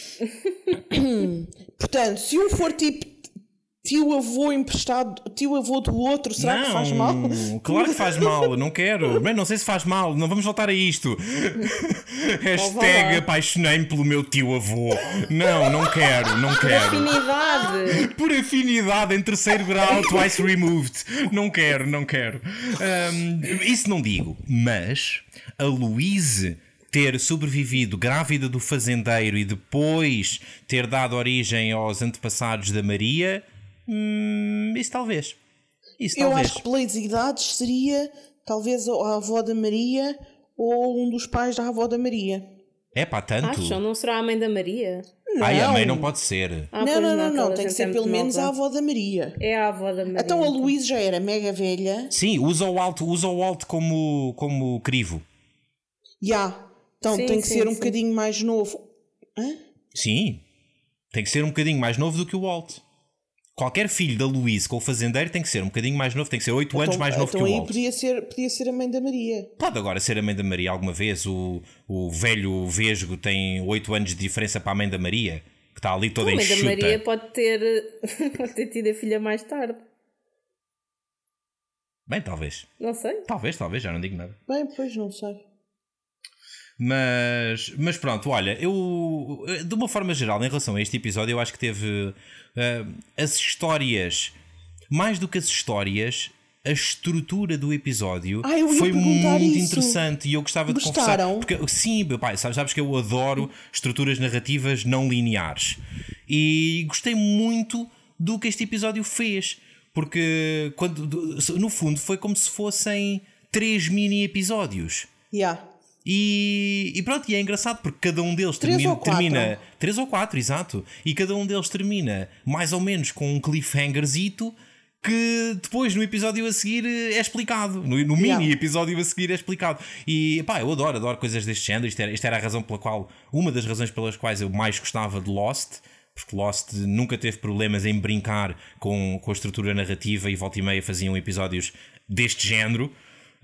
Portanto, se um for tipo tio-avô emprestado, tio-avô do outro, será que faz mal? Claro que faz mal, não quero. Bem, não sei se faz mal, não vamos voltar a isto. Hashtag apaixonei-me pelo meu tio-avô. Não quero. Afinidade. Por afinidade em terceiro grau, twice removed. Não quero. Isso não digo. Mas a Louise ter sobrevivido grávida do fazendeiro e depois ter dado origem aos antepassados da Maria, isso talvez. Eu acho que pelas idades seria talvez a avó da Maria ou um dos pais da avó da Maria. É pá, tanto. Acham? Não será a mãe da Maria? Ai, a mãe não pode ser. Não, tem que ser pelo menos a avó da Maria. É a avó da Maria. Então a Louise já era mega velha. Sim, usa o alto como crivo. Então Sim, tem que sim, ser um sim. bocadinho mais novo. Hã? Sim, tem que ser um bocadinho mais novo do que o Walt. Qualquer filho da Louise com o fazendeiro tem que ser um bocadinho mais novo, tem que ser 8 anos mais novo que o aí Walt. podia ser a mãe da Maria. Pode agora ser a mãe da Maria alguma vez. O velho Vesgo tem 8 anos de diferença para a mãe da Maria, que está ali toda A mãe da enxuta. Maria pode ter tido a filha mais tarde. Bem, talvez. Não sei. Talvez, já não digo nada. Bem, pois não sei. Mas pronto, olha, eu de uma forma geral, em relação a este episódio, eu acho que teve as histórias, mais do que as histórias, a estrutura do episódio foi muito interessante e eu gostava de conversar. Porque, sim, pai, sabes que eu adoro estruturas narrativas não lineares e gostei muito do que este episódio fez, porque no fundo foi como se fossem 3 mini episódios. E pronto, e é engraçado porque cada um deles termina 3 ou 4, exato. E cada um deles termina mais ou menos com um cliffhangerzito que depois no episódio a seguir é explicado. No mini episódio a seguir é explicado. E pá, eu adoro coisas deste género. Isto era a razão pela qual, uma das razões pelas quais eu mais gostava de Lost. Porque Lost nunca teve problemas em brincar com a estrutura narrativa e volta e meia faziam episódios deste género.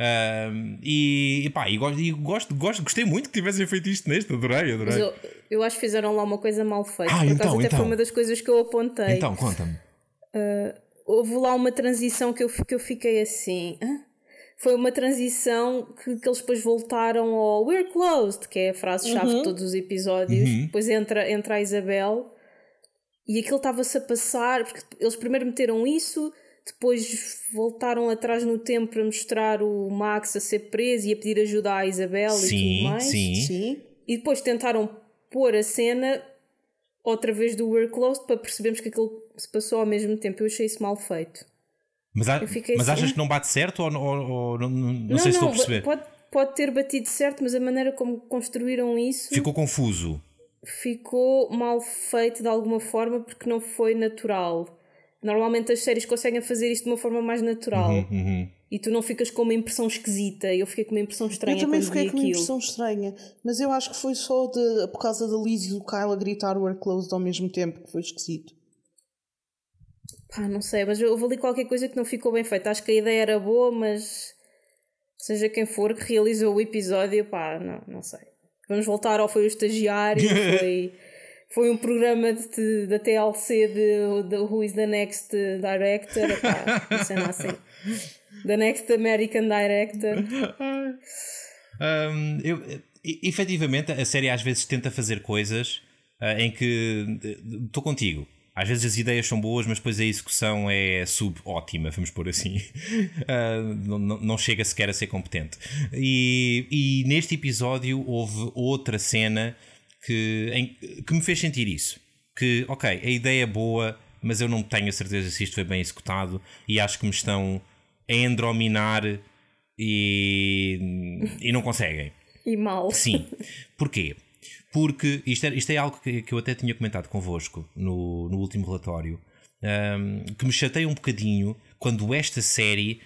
Gostei muito que tivessem feito isto neste, adorei. Mas eu acho que fizeram lá uma coisa mal feita. Por então, acaso até foi uma das coisas que eu apontei. Então, conta-me. Houve lá uma transição que eu fiquei assim. Foi uma transição que eles depois voltaram ao "We're closed", que é a frase-chave de todos os episódios. Depois entra a Isabel e aquilo estava-se a passar, porque eles primeiro meteram isso. Depois voltaram atrás no tempo para mostrar o Max a ser preso e a pedir ajuda à Isabel e tudo mais. Sim. E depois tentaram pôr a cena outra vez do "We're closed" para percebermos que aquilo se passou ao mesmo tempo. Eu achei isso mal feito. Mas assim, achas que não bate certo ou não sei se estou a perceber? Pode ter batido certo, mas a maneira como construíram isso... Ficou confuso. Ficou mal feito de alguma forma porque não foi natural. Normalmente as séries conseguem fazer isto de uma forma mais natural. E tu não ficas com uma impressão esquisita. Eu fiquei com uma impressão estranha. Eu também fiquei com uma impressão estranha. Mas eu acho que foi só por causa da Liz e do Kyle a gritar "We're closed" ao mesmo tempo, que foi esquisito. Pá, não sei, mas eu vou ler qualquer coisa que não ficou bem feita. Acho que a ideia era boa, mas seja quem for que realizou o episódio, pá, não sei. Vamos voltar ao "Foi o estagiário", foi um programa da TLC de Who is the Next Director, pá, não sei não assim. The Next American Director. Efetivamente, a série às vezes tenta fazer coisas em que estou contigo. Às vezes as ideias são boas, mas depois a execução é subótima, vamos pôr assim. Não chega sequer a ser competente. E neste episódio houve outra cena que me fez sentir isso. Que, ok, a ideia é boa, mas eu não tenho a certeza se isto foi bem executado e acho que me estão a endrominar e não conseguem. E mal. Sim. Porquê? Porque isto é algo que eu até tinha comentado convosco no último relatório, que me chateia um bocadinho quando esta série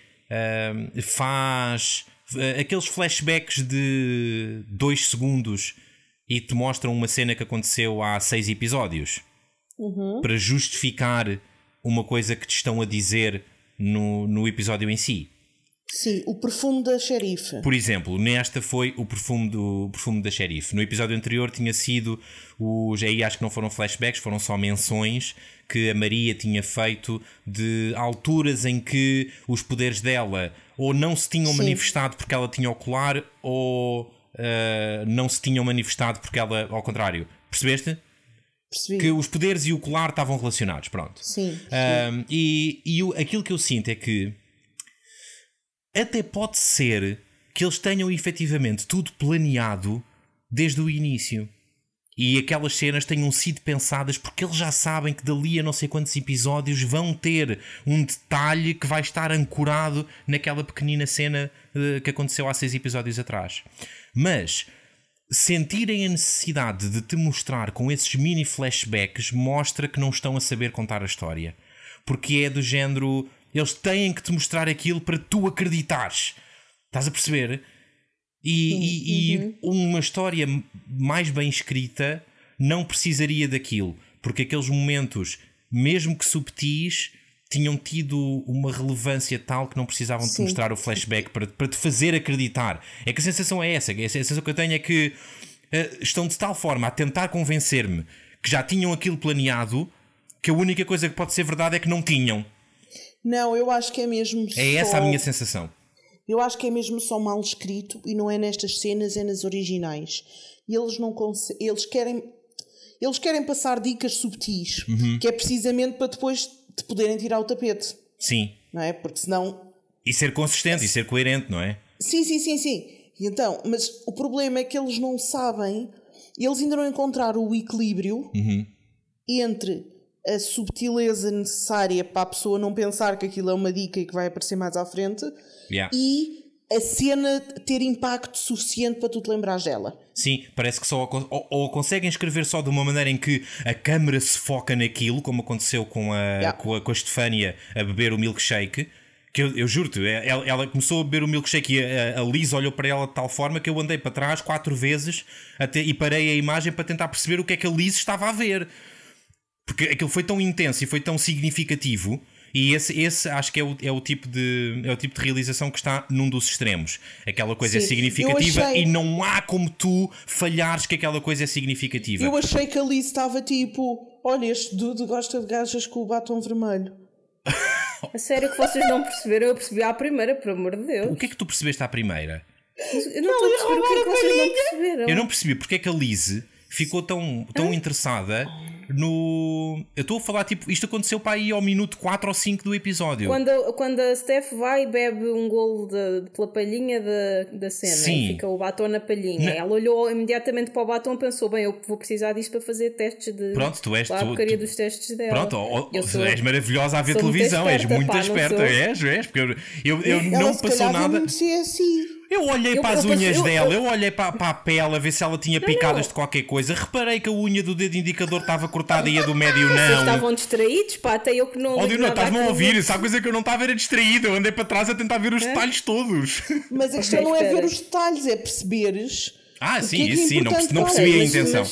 faz aqueles flashbacks de 2 segundos e te mostram uma cena que aconteceu há 6 episódios para justificar uma coisa que te estão a dizer no episódio em si. Sim, o perfume da xerife. Por exemplo, nesta foi o perfume da xerife. No episódio anterior tinha sido aí acho que não foram flashbacks, foram só menções que a Maria tinha feito de alturas em que os poderes dela ou não se tinham manifestado porque ela tinha o colar ou não se tinham manifestado porque ela, ao contrário. Percebeste? Percebi. Que os poderes e o colar estavam relacionados, pronto. Sim. Aquilo que eu sinto é que até pode ser que eles tenham efetivamente tudo planeado desde o início e aquelas cenas tenham sido pensadas porque eles já sabem que dali a não sei quantos episódios vão ter um detalhe que vai estar ancorado naquela pequenina cena que aconteceu há 6 episódios atrás. Mas sentirem a necessidade de te mostrar com esses mini flashbacks mostra que não estão a saber contar a história, porque é do género... Eles têm que te mostrar aquilo para tu acreditares. Estás a perceber? E uma história mais bem escrita não precisaria daquilo. Porque aqueles momentos, mesmo que subtis, tinham tido uma relevância tal que não precisavam de te mostrar o flashback para te fazer acreditar. É que a sensação é essa. A sensação que eu tenho é que estão de tal forma a tentar convencer-me que já tinham aquilo planeado que a única coisa que pode ser verdade é que não tinham. Não, eu acho que é mesmo só... É essa a minha sensação. Eu acho que é mesmo só mal escrito e não é nestas cenas, é nas originais. E eles não conseguem... Eles querem passar dicas subtis, que é precisamente para depois te poderem tirar o tapete. Sim. Não é? Porque senão... E ser consistente e ser coerente, não é? Sim. E então, mas o problema é que eles não sabem, eles ainda não encontraram o equilíbrio entre a subtileza necessária para a pessoa não pensar que aquilo é uma dica e que vai aparecer mais à frente e a cena ter impacto suficiente para tu te lembrares dela. Sim, parece que só ou conseguem escrever só de uma maneira em que a câmera se foca naquilo, como aconteceu com a Estefânia a beber o milkshake. Que eu juro-te, ela começou a beber o milkshake e a Liz olhou para ela de tal forma que eu andei para trás 4 vezes e parei a imagem para tentar perceber o que é que a Liz estava a ver. Porque aquilo foi tão intenso e foi tão significativo. E esse acho que é o tipo de realização que está num dos extremos. Aquela coisa é significativa e não há como tu falhares que aquela coisa é significativa. Eu achei que a Liz estava tipo: olha, este dude gosta de gajas com o batom vermelho. A sério que vocês não perceberam? Eu percebi à primeira, por amor de Deus. O que é que tu percebeste à primeira? Eu não estou a perceber o que é que vocês não perceberam. Eu não percebi porque é que a Liz ficou tão interessada no... Eu estou a falar, tipo, isto aconteceu para aí ao minuto 4 ou 5 do episódio. Quando a Steph vai e bebe um golo pela palhinha da cena. Sim. E fica o batom na palhinha. Ela olhou imediatamente para o batom e pensou: bem, eu vou precisar disso para fazer testes de... Pronto, tu és... a porcaria dos testes dela. Pronto, és maravilhosa a ver televisão, és muito esperta. És, porque eu não passou nada... Eu olhei para as unhas dela, eu olhei para a pele a ver se ela tinha picadas de qualquer coisa. Reparei que a unha do dedo indicador estava cortada e a do médio não. Vocês estavam distraídos, pá, até eu que não... Ódio, não, estás-me a ouvir, sabe a coisa que eu não estava a ver distraído. Eu andei para trás a tentar ver os detalhes todos. Mas a questão não é ver os detalhes, é perceberes... sim, isso sim, não percebi a intenção.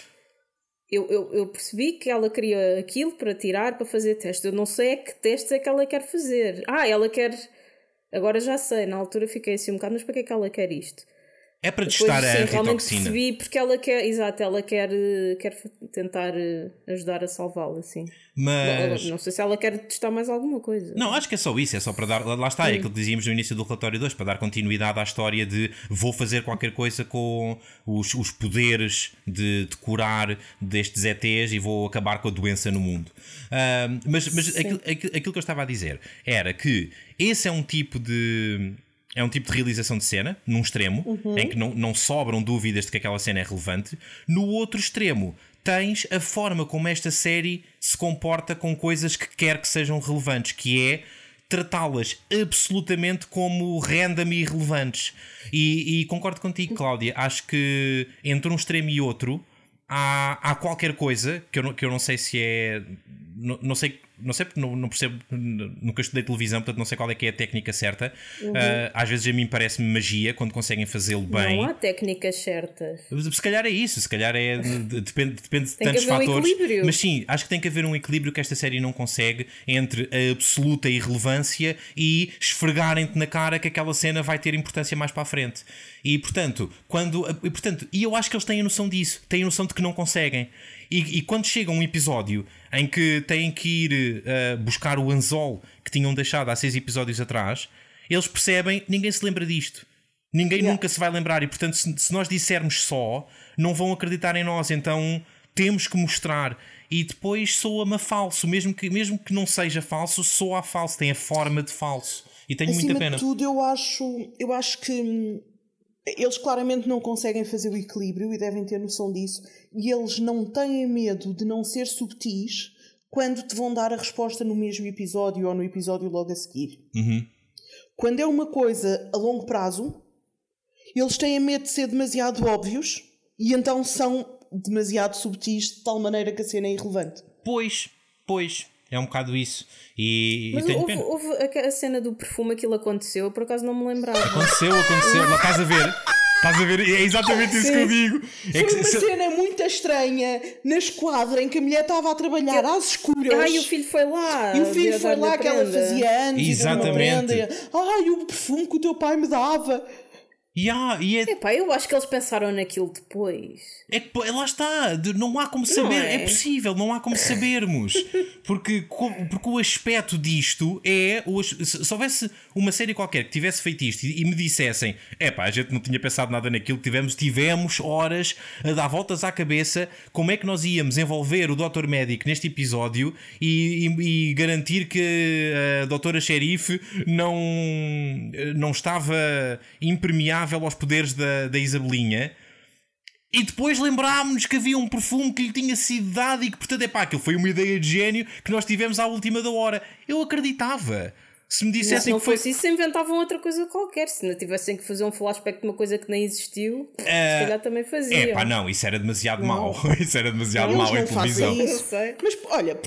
Eu percebi que ela queria aquilo para tirar, para fazer testes. Eu não sei que testes é que ela quer fazer. Ela quer... Agora já sei, na altura fiquei assim um bocado, mas para que é que ela quer isto? É para testar a antitoxina. Realmente percebi porque ela quer, exato, ela quer tentar ajudar a salvá-la, assim. Mas... Não sei se ela quer testar mais alguma coisa. Não, acho que é só isso, é só para dar... Lá está, é aquilo que dizíamos no início do relatório 2, para dar continuidade à história de vou fazer qualquer coisa com os poderes de curar destes ETs e vou acabar com a doença no mundo. Mas aquilo que eu estava a dizer era que esse é um tipo de realização de cena, num extremo, em que não sobram dúvidas de que aquela cena é relevante. No outro extremo, tens a forma como esta série se comporta com coisas que quer que sejam relevantes, que é tratá-las absolutamente como random e irrelevantes. E concordo contigo, Cláudia. Acho que entre um extremo e outro há qualquer coisa que eu não sei se é... Não sei porque não percebo, nunca estudei televisão, portanto não sei qual é que é a técnica certa. Às vezes a mim parece-me magia quando conseguem fazê-lo bem. Não há técnicas certas. Se calhar é isso, se calhar depende de tantos fatores. Um mas sim, acho que tem que haver um equilíbrio que esta série não consegue entre a absoluta irrelevância e esfregarem-te na cara que aquela cena vai ter importância mais para a frente. E portanto, eu acho que eles têm a noção disso, têm a noção de que não conseguem. E quando chega um episódio em que têm que ir buscar o anzol que tinham deixado há 6 episódios atrás, eles percebem, ninguém se lembra disto. Ninguém nunca se vai lembrar. E portanto, se nós dissermos só, não vão acreditar em nós. Então temos que mostrar. E depois soa-me a falso. Mesmo que não seja falso, soa a falso. Tem a forma de falso. E tenho muita pena. Acima de tudo, eu acho que... Eles claramente não conseguem fazer o equilíbrio e devem ter noção disso. E eles não têm medo de não ser subtis quando te vão dar a resposta no mesmo episódio ou no episódio logo a seguir. Quando é uma coisa a longo prazo, eles têm medo de ser demasiado óbvios e então são demasiado subtis de tal maneira que a cena é irrelevante. Pois. É um bocado isso. Mas houve a cena do perfume, aquilo aconteceu, eu por acaso não me lembrava. Aconteceu. Lá estás a ver? É exatamente isso que eu digo. Foi uma cena muito estranha na esquadra em que a mulher estava a trabalhar às escuras. E o filho foi lá. E o filho foi lá que ela fazia anos. Exatamente. E o perfume que o teu pai me dava. Epá, eu acho que eles pensaram naquilo depois. É que lá está, não há como saber, é possível, não há como sabermos. Porque o aspecto disto é. Se houvesse uma série qualquer que tivesse feito isto e me dissessem: epá, a gente não tinha pensado nada naquilo, tivemos horas a dar voltas à cabeça, como é que nós íamos envolver o Dr. Médico neste episódio e garantir que a Doutora Xerife não estava impermeável aos poderes da Isabelinha. E depois lembrámos-nos que havia um perfume que lhe tinha sido dado e que, portanto, aquilo foi uma ideia de gênio que nós tivemos à última da hora. Eu acreditava. Se me dissessem se não fosse isso, inventavam outra coisa qualquer. Se não tivessem que fazer um flashback de uma coisa que nem existiu, se calhar também faziam. Não, isso era demasiado mau. Isso era demasiado mau em televisão. Mas, olha,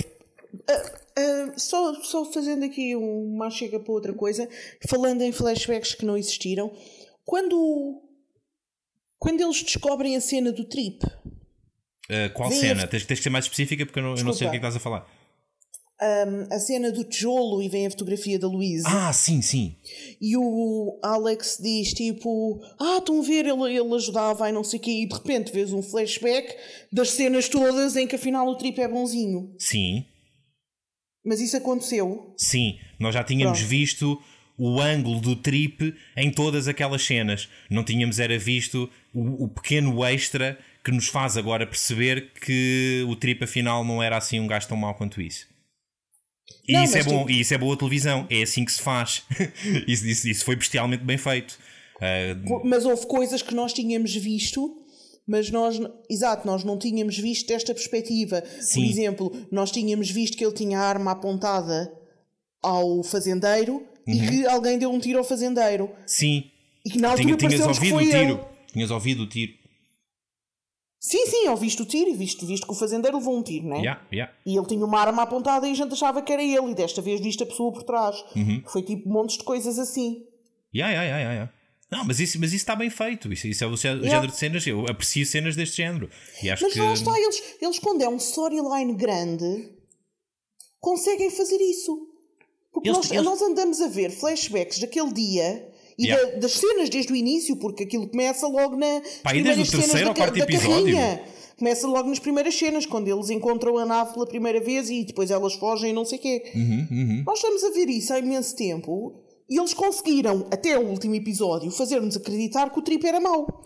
só fazendo aqui uma chega para outra coisa, falando em flashbacks que não existiram, quando eles descobrem a cena do trip. Qual cena? Tens que ser mais específica porque eu não sei o que estás a falar. A cena do tijolo e vem a fotografia da Louise. Sim. E o Alex diz tipo: estão a ver, ele ajudava e não sei o quê. E de repente vês um flashback das cenas todas em que afinal o trip é bonzinho. Sim. Mas isso aconteceu? Sim, nós já tínhamos visto o ângulo do trip em todas aquelas cenas. Não tínhamos visto o pequeno extra que nos faz agora perceber que o trip afinal não era assim um gajo tão mau quanto isso. E não, isso é bom, e isso é boa televisão. É assim que se faz. Isso foi bestialmente bem feito. Mas houve coisas que nós tínhamos visto, mas nós não tínhamos visto desta perspectiva. Sim. Por exemplo, nós tínhamos visto que ele tinha a arma apontada ao fazendeiro e que alguém deu um tiro ao fazendeiro. Sim. E que na altura tinhas ouvido o tiro. Ele. Tinhas ouvido o tiro. Sim, ouviste o tiro e visto que o fazendeiro levou um tiro, não é? Yeah. E ele tinha uma arma apontada e a gente achava que era ele, e desta vez viste a pessoa por trás. Foi tipo montes de coisas assim. Não, mas isso está bem feito. Isso é o género de cenas. Eu aprecio cenas deste género. E acho mas lá está, eles quando é um storyline grande conseguem fazer isso. Porque nós andamos a ver flashbacks daquele dia e das cenas desde o início, porque aquilo começa logo nas primeiras cenas da carrinha. Começa logo nas primeiras cenas, quando eles encontram a nave pela primeira vez e depois elas fogem e não sei o quê. Nós estamos a ver isso há imenso tempo e eles conseguiram, até o último episódio, fazer-nos acreditar que o trip era mau.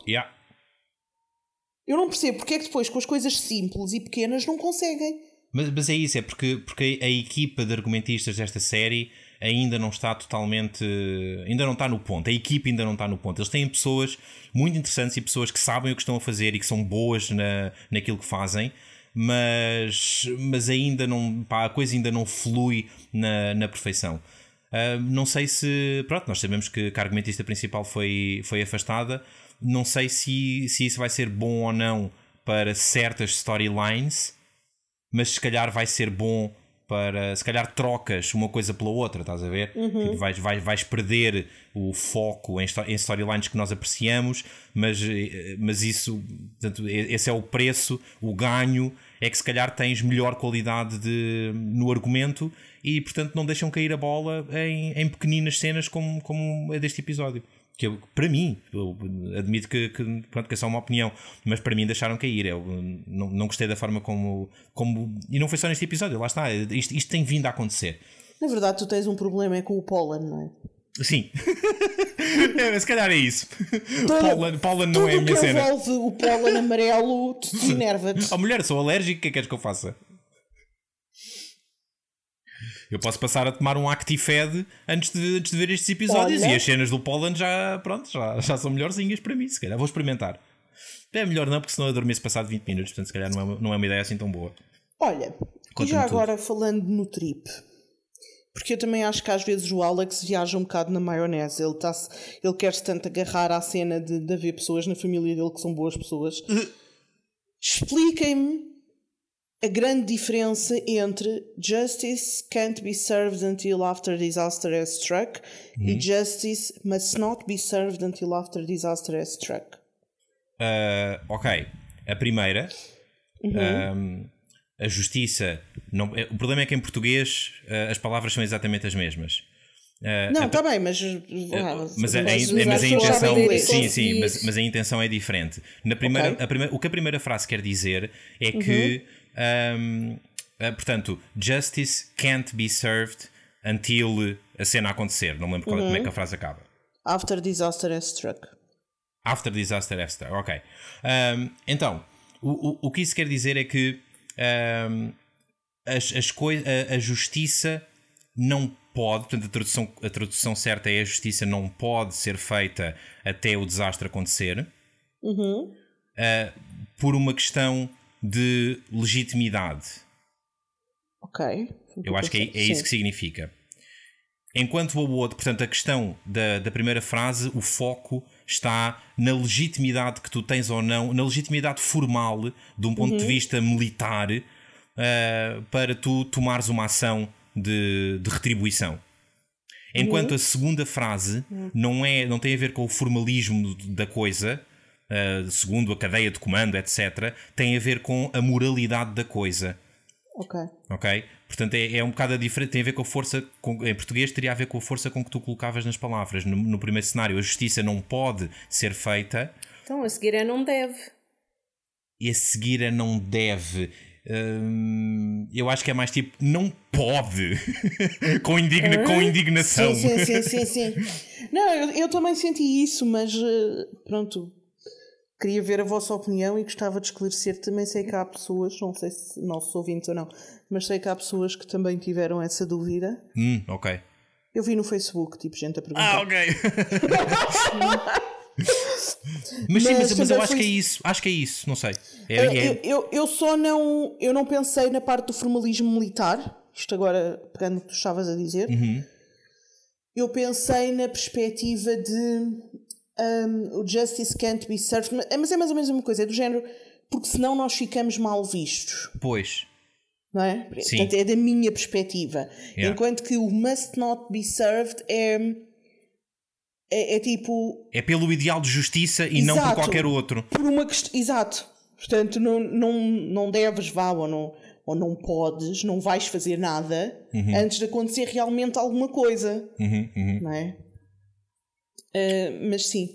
Eu não percebo porque é que depois, com as coisas simples e pequenas, não conseguem. Mas é isso, é porque a equipa de argumentistas desta série ainda não está totalmente... ainda não está no ponto. A equipa ainda não está no ponto. Eles têm pessoas muito interessantes e pessoas que sabem o que estão a fazer e que são boas naquilo que fazem, mas ainda não... a coisa ainda não flui na perfeição. Não sei se... Pronto, nós sabemos que a argumentista principal foi afastada. Não sei se isso vai ser bom ou não para certas storylines, mas se calhar vai ser bom para... se calhar trocas uma coisa pela outra, estás a ver? Vais perder o foco em storylines que nós apreciamos, mas isso... Portanto, esse é o preço, o ganho é que se calhar tens melhor qualidade no argumento e, portanto, não deixam cair a bola em pequeninas cenas como a deste episódio. Que para mim, eu admito que é só uma opinião, mas para mim deixaram cair. Eu não gostei da forma como. E não foi só neste episódio, lá está. Isto tem vindo a acontecer. Na verdade, tu tens um problema com o pólen, não é? Sim. Se calhar é isso. Pólen não é a minha cena. Tudo que envolve o pólen amarelo te enerva-te. Oh, mulher, sou alérgico, o que é que queres que eu faça? Eu posso passar a tomar um Actifed antes de ver estes episódios. Olha. E as cenas do pólen já são melhorzinhas para mim. Se calhar vou experimentar. É melhor não, porque senão eu dormi-se passado 20 minutos. Portanto, se calhar não é uma ideia assim tão boa. Olha, e já agora falando no trip, porque eu também acho que às vezes o Alex viaja um bocado na maionese. Ele quer-se tanto agarrar à cena de haver pessoas na família dele que são boas pessoas. Expliquem-me a grande diferença entre justice can't be served until after disaster has struck e justice must not be served until after disaster has struck. Ok. A primeira, a justiça... o problema é que em português as palavras são exatamente as mesmas. Não, está bem, mas a intenção, sim, mas a intenção é diferente. Na primeira, o que a primeira frase quer dizer é que, portanto, justice can't be served until a cena acontecer. Não me lembro como é que a frase acaba. After disaster has struck. After disaster has struck, ok. Então, o que isso quer dizer é que a justiça não pode, portanto a tradução certa é: a justiça não pode ser feita até o desastre acontecer, por uma questão de legitimidade. Ok. Eu acho que é isso que significa. Enquanto o outro, portanto, a questão da primeira frase, o foco está na legitimidade que tu tens ou não, na legitimidade formal, de um ponto de vista militar, para tu tomares uma ação de retribuição. Enquanto a segunda frase não tem a ver com o formalismo da coisa, segundo a cadeia de comando, etc., tem a ver com a moralidade da coisa. Ok? Portanto, é um bocado diferente, tem a ver com a força, em português teria a ver com a força com que tu colocavas nas palavras. No primeiro cenário, a justiça não pode ser feita. Então, a seguir é não deve. E a seguir é não deve. Eu acho que é mais tipo não pode. com indignação. Sim. Não, eu também senti isso, mas pronto. Queria ver a vossa opinião e gostava de esclarecer. Também sei que há pessoas, não sei se nossos ouvintes ou não, mas sei que há pessoas que também tiveram essa dúvida. Ok. Eu vi no Facebook, tipo, gente a perguntar. Ok. mas eu acho que é isso. Acho que é isso, não sei. Eu só não pensei na parte do formalismo militar. Isto agora, pegando o que tu estavas a dizer. Eu pensei na perspectiva de o justice can't be served, mas é mais ou menos a mesma coisa, é do género, porque senão nós ficamos mal vistos. Pois. Não é? Sim. Portanto, é da minha perspectiva. Enquanto que o must not be served é tipo... É pelo ideal de justiça e não por qualquer outro. Por uma questão... Exato. Portanto, não deves, ou não podes, não vais fazer nada antes de acontecer realmente alguma coisa. Não é? Mas sim.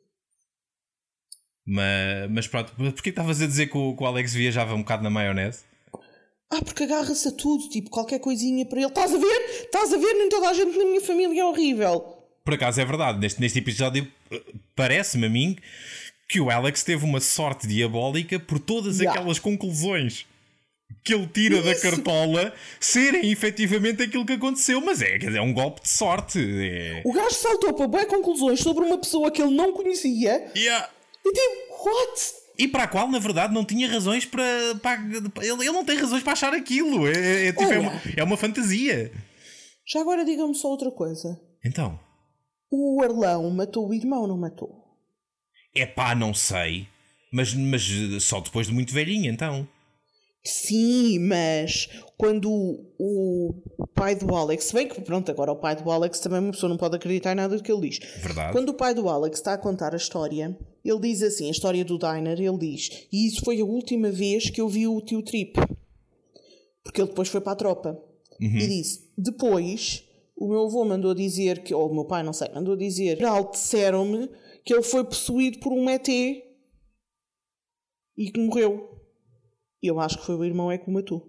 Mas pronto, porquê estavas a dizer que o Alex viajava um bocado na maionese? Porque agarra-se a tudo, tipo, qualquer coisinha para ele. Estás a ver? Nem toda a gente na minha família é horrível. Por acaso é verdade, neste episódio parece-me a mim que o Alex teve uma sorte diabólica por todas aquelas conclusões que ele tira da cartola serem efetivamente aquilo que aconteceu, mas é um golpe de sorte. O gajo saltou para boas conclusões sobre uma pessoa que ele não conhecia e tipo, what? E para a qual, na verdade, não tinha razões para ele não tem razões para achar aquilo. É uma fantasia. Já agora diga-me só outra coisa. Então? O Arlão matou o irmão, não matou? Não sei. Mas só depois de muito velhinho, então. Sim, mas quando o pai do Alex, se bem que pronto, agora o pai do Alex também uma pessoa não pode acreditar em nada do que ele diz. Verdade. Quando o pai do Alex está a contar a história, ele diz assim, a história do diner, ele diz, e isso foi a última vez que eu vi o tio Trip, porque ele depois foi para a tropa. E disse, depois o meu avô mandou dizer, ou o meu pai, não sei, mandou dizer, disseram-me que ele foi possuído por um ET e que morreu. Eu acho que foi o irmão que o matou.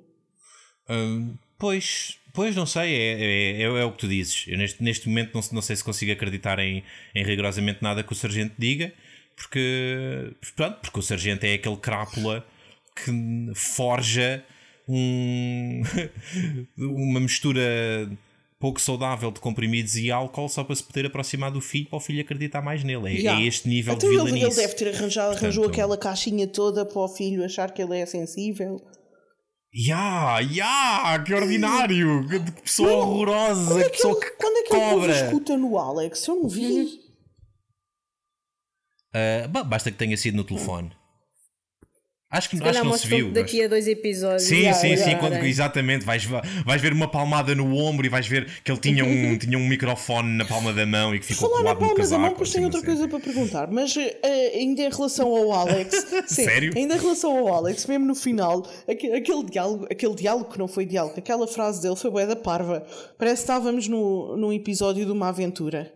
Pois não sei, é o que tu dizes. Eu neste momento não sei se consigo acreditar em rigorosamente nada que o sargento diga, porque o sargento é aquele crápula que forja uma mistura pouco saudável de comprimidos e álcool só para se poder aproximar do filho, para o filho acreditar mais nele. É este nível de vilanice. Ele deve ter arranjou aquela caixinha toda para o filho achar que ele é sensível. Que ordinário! Que pessoa horrorosa! Quando é que ele pôs a escuta no Alex? Eu não vi. Basta que tenha sido no telefone. Acho que não se viu. Daqui a 2 episódios. Sim, exatamente. Vais ver uma palmada no ombro e vais ver que ele tinha um microfone na palma da mão e que ficou colado no casaco. Falar na palma da mão, depois tenho outra coisa para perguntar. Mas ainda em relação ao Alex... sim, sério? Ainda em relação ao Alex, mesmo no final, aquele diálogo que não foi diálogo, aquela frase dele foi bué da parva. Parece que estávamos num episódio de uma aventura.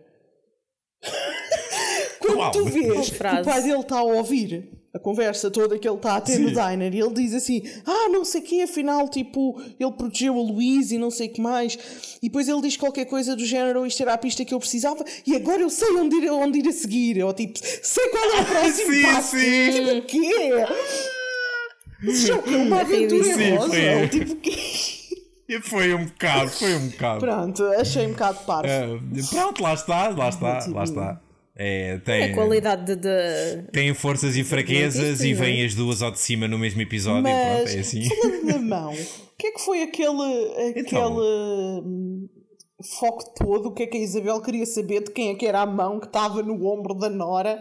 Quando tu vês que o pai dele está a ouvir a conversa toda que ele está a ter no diner e ele diz assim, não sei o quê, afinal, tipo, ele protegeu a Louise e não sei o que mais, e depois ele diz qualquer coisa do género, isto era a pista que eu precisava e agora eu sei onde ir a seguir, ou tipo, sei qual é o próximo passo. Tipo, o quê? Isso é uma aventura rosa, tipo, o quê? Foi um bocado. Pronto, achei um bocado parvo. Pronto, lá está. Tem a qualidade tem forças e fraquezas e vêm as duas ao de cima no mesmo episódio. Mas, pronto, é assim. Falando da mão, o que é que foi aquele foco todo? O que é que a Isabel queria saber de quem é que era a mão que estava no ombro da Nora?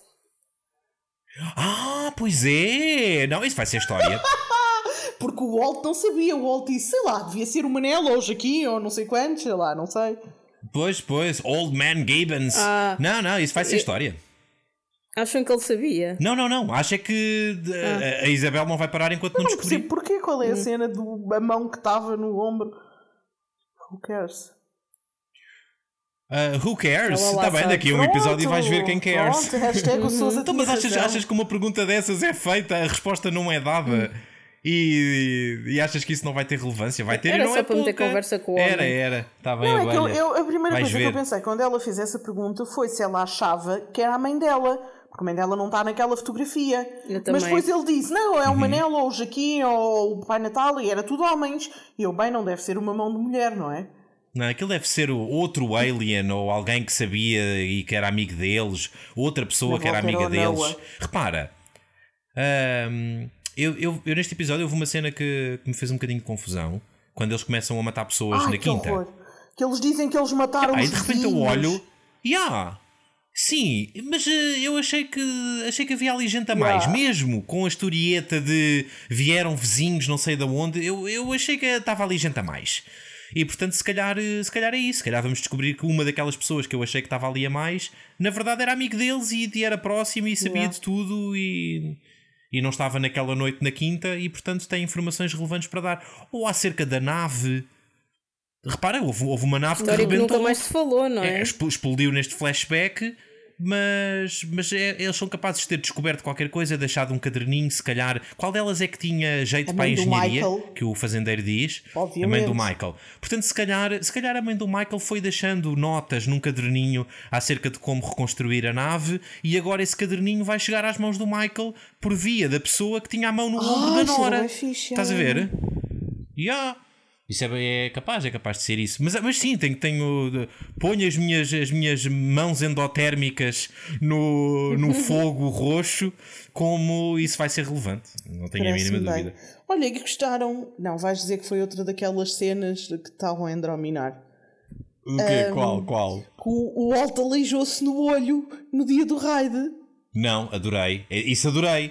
Pois é! Não, isso vai ser história. Porque o Walt não sabia. O Walt disse, sei lá, devia ser o Manel ou o Jaquim ou não sei quantos, sei lá, não sei. Pois, Old Man Gibbons. Não, isso vai ser história. Acham que ele sabia? Não, acho é que a Isabel não vai parar enquanto não descobrir. Porquê? Qual é a cena da mão que estava no ombro? Who cares? Who cares? Está bem, daqui a um episódio e vais ver quem cares. Pronto, hashtag o Sousa então, mas achas que uma pergunta dessas é feita, a resposta não é dada? E achas que isso não vai ter relevância? Vai ter, era e não só é para meter conversa com o homem. Era. Está bem, não, a primeira coisa que eu pensei quando ela fez essa pergunta foi se ela achava que era a mãe dela. Porque a mãe dela não está naquela fotografia. Mas depois ele disse, não, é o Manel ou o Jaquim ou o Pai Natal e era tudo homens. E eu, bem, não deve ser uma mão de mulher, não é? Não, aquilo deve ser outro alien ou alguém que sabia e que era amigo deles. Outra pessoa que era amiga deles. Repara... Eu neste episódio houve uma cena que me fez um bocadinho de confusão. Quando eles começam a matar pessoas na quinta. Horror. Que eles dizem que eles mataram os de repente eu olho. Sim, mas eu achei que havia ali gente a mais. Mesmo com a historieta de vieram vizinhos não sei de onde. Eu achei que estava ali gente a mais. E portanto se calhar é isso. Se calhar vamos descobrir que uma daquelas pessoas que eu achei que estava ali a mais, na verdade era amigo deles e era próximo e sabia de tudo e não estava naquela noite na quinta e portanto tem informações relevantes para dar. Ou acerca da nave. Repara, houve uma nave que rebentou. Nunca mais se falou, não é? Explodiu neste flashback, mas eles são capazes de ter descoberto qualquer coisa, deixado um caderninho, se calhar. Qual delas é que tinha jeito para a engenharia? Que o fazendeiro diz. Obviamente. A mãe do Michael. Portanto, se calhar a mãe do Michael foi deixando notas num caderninho acerca de como reconstruir a nave e agora esse caderninho vai chegar às mãos do Michael por via da pessoa que tinha a mão no ombro da Nora. Estás a ver? Isso é capaz de ser isso. Mas sim, ponho as minhas mãos endotérmicas no fogo roxo, como isso vai ser relevante. Não tenho a mínima dúvida. Olha, que gostaram. Não, vais dizer que foi outra daquelas cenas que estavam a endrominar. O quê? Qual? O Walt aleijou-se no olho no dia do raid. Não, adorei. Isso adorei.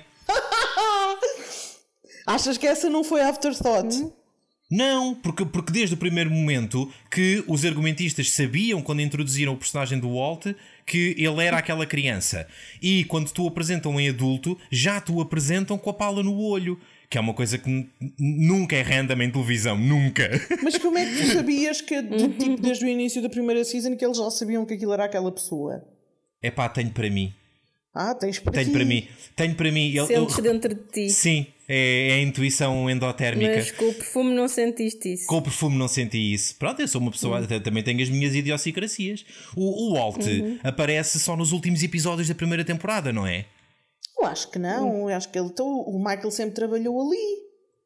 Achas que essa não foi afterthought? Não, porque desde o primeiro momento que os argumentistas sabiam, quando introduziram o personagem do Walt, que ele era aquela criança. E quando te o apresentam em adulto, já te o apresentam com a pala no olho. Que é uma coisa que nunca é random em televisão, nunca. Mas como é que tu sabias que, tipo, desde o início da primeira season, que eles já sabiam que aquilo era aquela pessoa? Tenho para mim. Tens para Tenho para mim. Sentes dentro de ti. Sim, é a intuição endotérmica. Mas com o perfume não sentiste isso. Com o perfume não senti isso. Pronto, eu sou uma pessoa, também tenho as minhas idiosincrasias. O Walt aparece só nos últimos episódios da primeira temporada, não é? Eu acho que não. Eu acho que o Michael sempre trabalhou ali.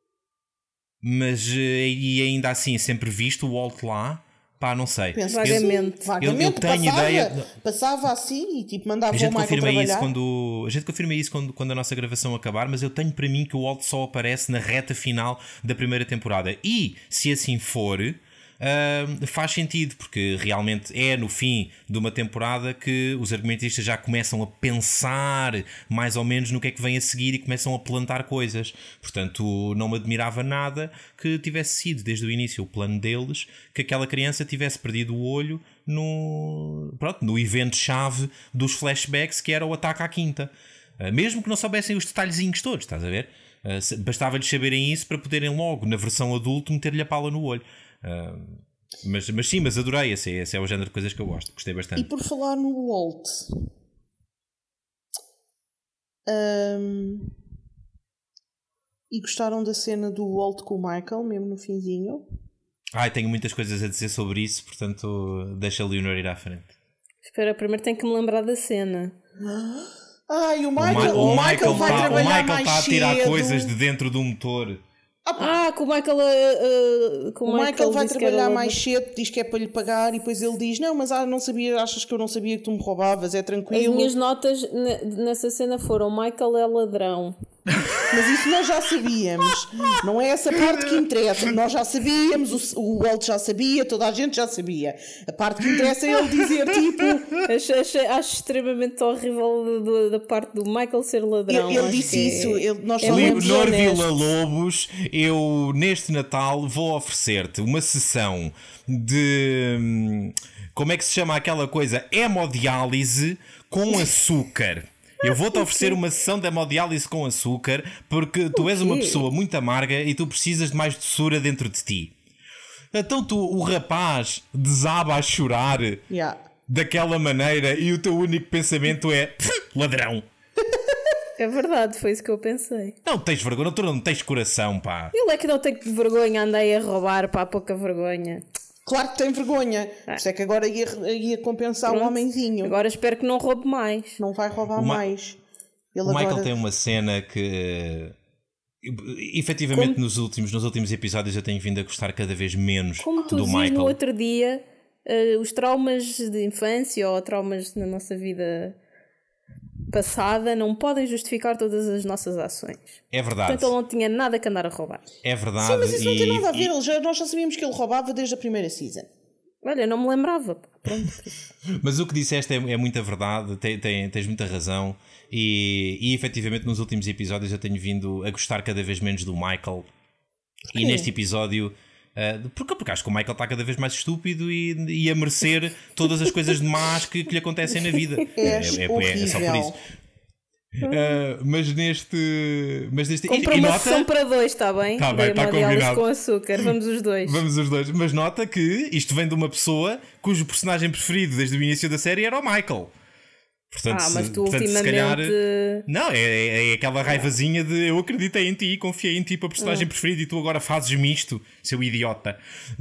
Mas e ainda assim, sempre visto o Walt lá? Não sei. Penso vagamente. Eu tenho ideia. Passava assim e tipo mandava o Michael trabalhar. A gente confirma isso quando a nossa gravação acabar, mas eu tenho para mim que o Walt só aparece na reta final da primeira temporada. E, se assim for, faz sentido, porque realmente é no fim de uma temporada que os argumentistas já começam a pensar mais ou menos no que é que vem a seguir e começam a plantar coisas. Portanto, não me admirava nada que tivesse sido desde o início o plano deles que aquela criança tivesse perdido o olho no evento-chave dos flashbacks, que era o ataque à quinta. Mesmo que não soubessem os detalhezinhos todos, estás a ver? Bastava-lhes saberem isso para poderem logo, na versão adulto, meter-lhe a pala no olho. Mas adorei. Esse é o género de coisas que eu gosto. Gostei bastante. E por falar no Walt, e gostaram da cena do Walt com o Michael, mesmo no finzinho? Tenho muitas coisas a dizer sobre isso, portanto deixa a Leonor ir à frente. Espera, primeiro tenho que me lembrar da cena. O Michael vai trabalhar mais cedo. O Michael está a tirar coisas de dentro do motor. Que o Michael... o Michael vai trabalhar mais cedo, diz que é para lhe pagar, e depois ele diz, não, mas não sabia, achas que eu não sabia que tu me roubavas, é tranquilo. As minhas notas nessa cena foram: Michael é ladrão. Mas isso nós já sabíamos. Não é essa parte que interessa. Nós já sabíamos, o Walt já sabia, toda a gente já sabia. A parte que interessa é ele dizer tipo... Acho extremamente horrível da parte do Michael ser ladrão. Ele disse isso. Leonor Villa-Lobos, eu neste Natal vou oferecer-te uma sessão de... Como é que se chama aquela coisa? Hemodiálise com açúcar. Eu vou-te oferecer uma sessão de hemodiálise com açúcar porque tu és uma pessoa muito amarga e tu precisas de mais doçura dentro de ti. Então o rapaz desaba a chorar daquela maneira e o teu único pensamento é ladrão. É verdade, foi isso que eu pensei. Não tens vergonha, tu não tens coração, pá. Ele é que não tem vergonha, andei a roubar, pá, pouca vergonha. Claro que tem vergonha. Por isso é que agora ia compensar o homenzinho. Agora espero que não roube mais. Não vai roubar mais. O Michael tem uma cena que... efetivamente nos últimos episódios eu tenho vindo a gostar cada vez menos do Michael. Como tu dizias no outro dia, os traumas de infância ou traumas na nossa vida passada não podem justificar todas as nossas ações. É verdade. Portanto, ele não tinha nada que andar a roubar. É verdade. Sim, mas isso não tem nada a ver. Nós já sabíamos que ele roubava desde a primeira season. Olha, não me lembrava. Pronto. Mas o que disseste é muita verdade, tens muita razão. E efetivamente nos últimos episódios eu tenho vindo a gostar cada vez menos do Michael. E neste episódio... Porque acho que o Michael está cada vez mais estúpido e a merecer todas as coisas de más que lhe acontecem na vida. É só por isso. Mas neste compra uma sessão para dois, está bem? Está bem, está combinado. Com açúcar, vamos os dois. Mas nota que isto vem de uma pessoa cujo personagem preferido desde o início da série era o Michael. Portanto, mas tu ultimamente... se calhar... Não, é aquela raivazinha de eu acreditei em ti, confiei em ti para personagem preferido e tu agora fazes-me isto, seu idiota.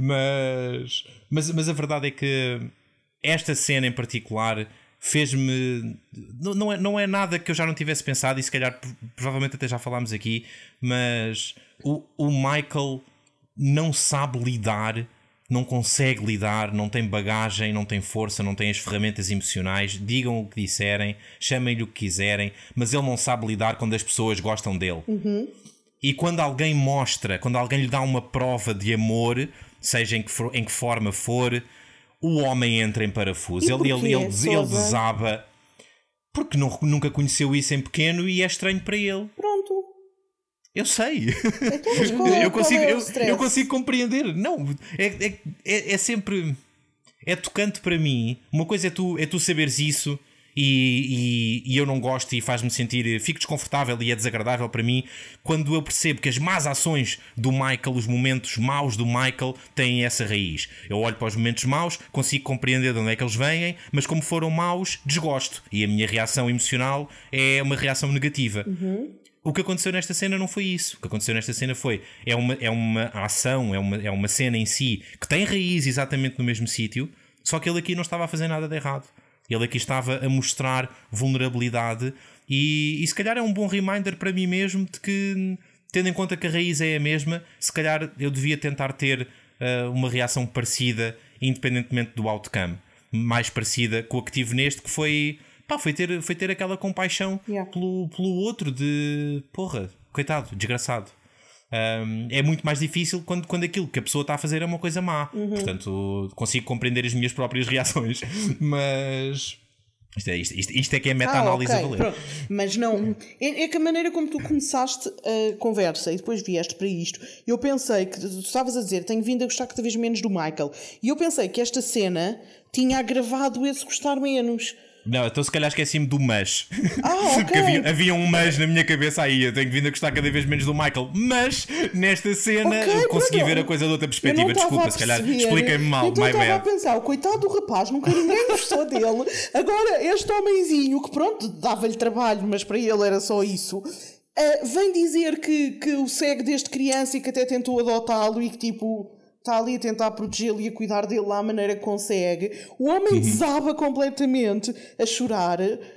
Mas a verdade é que esta cena em particular fez-me... Não é nada que eu já não tivesse pensado e se calhar provavelmente até já falámos aqui, mas o Michael não sabe lidar, não consegue lidar, não tem bagagem, não tem força, não tem as ferramentas emocionais, digam o que disserem, chamem-lhe o que quiserem, mas ele não sabe lidar quando as pessoas gostam dele. E quando alguém mostra, quando alguém lhe dá uma prova de amor, seja em que forma for, o homem entra em parafuso. Ele desaba porque nunca conheceu isso em pequeno e é estranho para ele. Pronto. Eu sei. Eu consigo compreender. Não, é sempre... É tocante para mim. Uma coisa é tu saberes isso e eu não gosto e faz-me sentir... Fico desconfortável e é desagradável para mim quando eu percebo que as más ações do Michael, os momentos maus do Michael têm essa raiz. Eu olho para os momentos maus, consigo compreender de onde é que eles vêm, mas como foram maus, desgosto. E a minha reação emocional é uma reação negativa. O que aconteceu nesta cena não foi isso. O que aconteceu nesta cena foi... É uma ação, é uma cena em si que tem raiz exatamente no mesmo sítio, só que ele aqui não estava a fazer nada de errado. Ele aqui estava a mostrar vulnerabilidade e se calhar é um bom reminder para mim mesmo de que, tendo em conta que a raiz é a mesma, se calhar eu devia tentar ter uma reação parecida, independentemente do outcome. Mais parecida com a que tive neste, que foi... Foi ter aquela compaixão pelo outro de... Porra, coitado, desgraçado. é muito mais difícil quando aquilo que a pessoa está a fazer é uma coisa má. Portanto, consigo compreender as minhas próprias reações, mas isto é que é meta-análise a valer. Pronto. Mas não, é que a maneira como tu começaste a conversa e depois vieste para isto, eu pensei que tu estavas a dizer, tenho vindo a gostar cada vez menos do Michael, e eu pensei que esta cena tinha agravado esse gostar menos. Não, então se calhar esqueci-me do mas. Ok. Porque havia um mas na minha cabeça aí. Eu tenho vindo a gostar cada vez menos do Michael. Mas nesta cena eu consegui ver a coisa de outra perspectiva. Desculpa, se calhar expliquei-me mal. Então eu estava a pensar, o coitado do rapaz, nunca ninguém gostou dele. Agora, este homenzinho, que pronto, dava-lhe trabalho, mas para ele era só isso, vem dizer que o segue desde criança e que até tentou adotá-lo e que tipo... está ali a tentar protegê-lo e a cuidar dele lá à maneira que consegue. O homem desaba completamente a chorar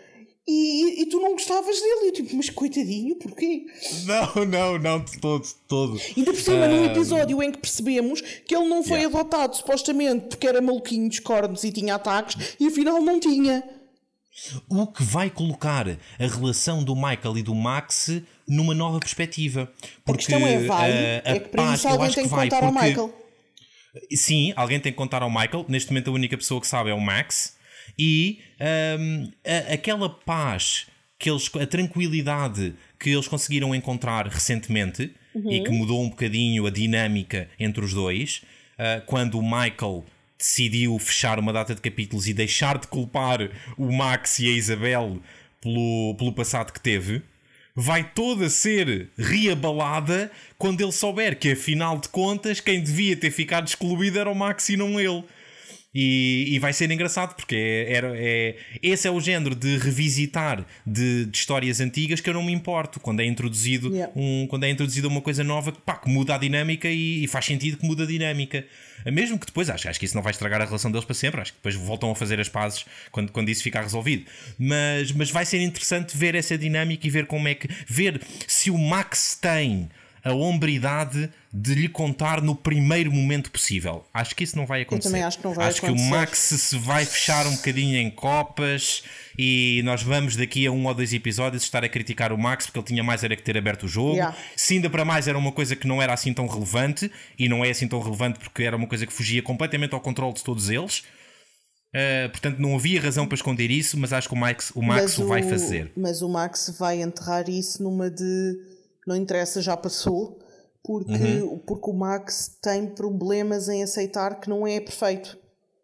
e tu não gostavas dele. Eu tipo, mas coitadinho, porquê? Não, de todo. Ainda por cima, num episódio em que percebemos que ele não foi adotado, supostamente, porque era maluquinho dos cornos e tinha ataques, e afinal não tinha. O que vai colocar a relação do Michael e do Max numa nova perspectiva. Porque a questão é que para isso alguém tem que contar ao Michael. Sim, alguém tem que contar ao Michael. Neste momento a única pessoa que sabe é o Max. E aquela paz, a tranquilidade que eles conseguiram encontrar recentemente e que mudou um bocadinho a dinâmica entre os dois, quando o Michael decidiu fechar uma data de capítulos e deixar de culpar o Max e a Isabel pelo passado que teve, vai toda ser reabalada quando ele souber que, afinal de contas, quem devia ter ficado excluído era o Max e não ele. E vai ser engraçado porque esse é o género de revisitar de histórias antigas que eu não me importo quando é introduzido quando é introduzida uma coisa nova que muda a dinâmica e faz sentido que muda a dinâmica, mesmo que depois acho que isso não vai estragar a relação deles para sempre, acho que depois voltam a fazer as pazes quando isso ficar resolvido, mas vai ser interessante ver essa dinâmica e ver ver se o Max tem a hombridade de lhe contar no primeiro momento possível. Acho que isso não vai acontecer. Eu também acho que não vai acontecer. Acho que o Max se vai fechar um bocadinho em copas e nós vamos daqui a 1 ou 2 episódios estar a criticar o Max porque ele tinha mais era que ter aberto o jogo. Se ainda para mais era uma coisa que não era assim tão relevante, e não é assim tão relevante porque era uma coisa que fugia completamente ao controle de todos eles. Portanto não havia razão para esconder isso, mas acho que o Max o vai fazer. Mas o Max vai enterrar isso numa de... não interessa, já passou, porque o Max tem problemas em aceitar que não é perfeito.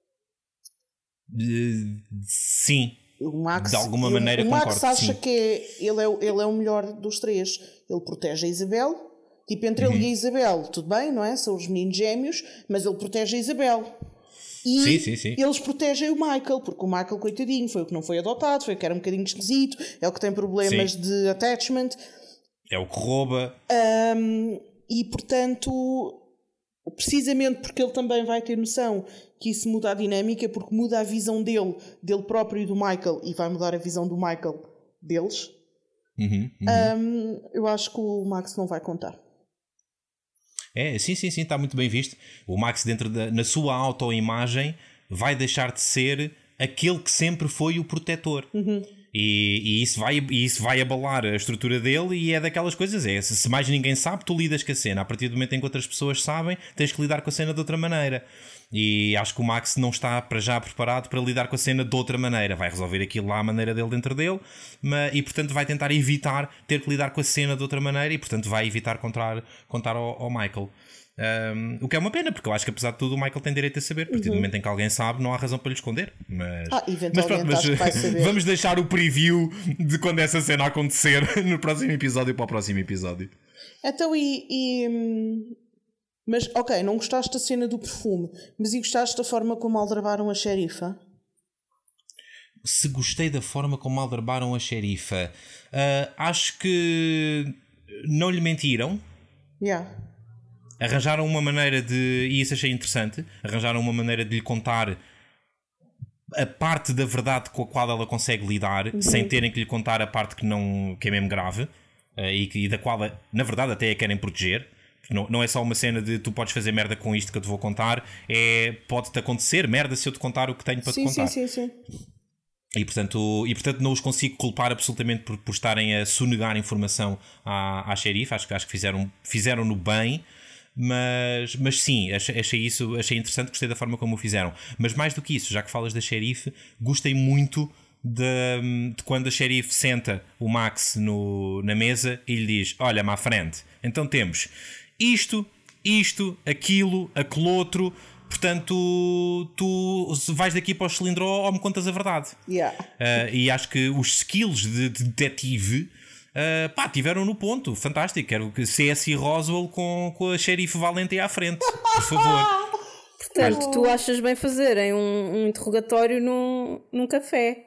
Sim. O Max, de alguma maneira concordo. O Max acha que ele é o melhor dos três. Ele protege a Isabel. Tipo, entre ele e a Isabel, tudo bem, não é? São os meninos gêmeos, mas ele protege a Isabel. E sim. eles protegem o Michael, porque o Michael, coitadinho, foi o que não foi adotado, foi o que era um bocadinho esquisito, é o que tem problemas de attachment. É o que rouba. E portanto, precisamente porque ele também vai ter noção que isso muda a dinâmica, porque muda a visão dele próprio e do Michael, e vai mudar a visão do Michael deles. Eu acho que o Max não vai contar. Sim, está muito bem visto. O Max, na sua autoimagem, vai deixar de ser aquele que sempre foi o protetor. E isso vai abalar a estrutura dele, e é daquelas coisas, se mais ninguém sabe, tu lidas com a cena. A partir do momento em que outras pessoas sabem, tens que lidar com a cena de outra maneira. E acho que o Max não está para já preparado para lidar com a cena de outra maneira. Vai resolver aquilo lá à maneira dele dentro dele, e portanto vai tentar evitar ter que lidar com a cena de outra maneira, e portanto vai evitar contar ao Michael. O que é uma pena, porque eu acho que apesar de tudo o Michael tem direito a saber. A partir do momento em que alguém sabe, não há razão para lhe esconder. Eventualmente acho que vai saber. Vamos deixar o preview de quando essa cena acontecer no próximo episódio, para o próximo episódio. Então mas ok, não gostaste da cena do perfume, mas gostaste da forma como aldrabaram a xerifa? Se gostei da forma como aldrabaram a xerifa, acho que não lhe mentiram. Arranjaram uma maneira e isso achei interessante, arranjaram uma maneira de lhe contar a parte da verdade com a qual ela consegue lidar, sem terem que lhe contar a parte que é mesmo grave, e da qual na verdade até a querem proteger. Não é só uma cena de tu podes fazer merda com isto que eu te vou contar, pode-te acontecer merda se eu te contar o que tenho para te contar. Sim. E portanto não os consigo culpar absolutamente por estarem a sonegar informação à xerife. Acho que fizeram-no bem. Mas sim, achei interessante, gostei da forma como o fizeram. Mas mais do que isso, já que falas da xerife, gostei muito de quando a xerife senta o Max na mesa e lhe diz: olha-me à frente, então temos isto, aquilo outro. Portanto, tu vais daqui para o cilindro ou me contas a verdade. E acho que os skills de detetive tiveram no ponto. Fantástico. Quero que C.S. Roswell com a xerife Valente à frente, por favor. Portanto, tu achas bem fazerem um interrogatório num café?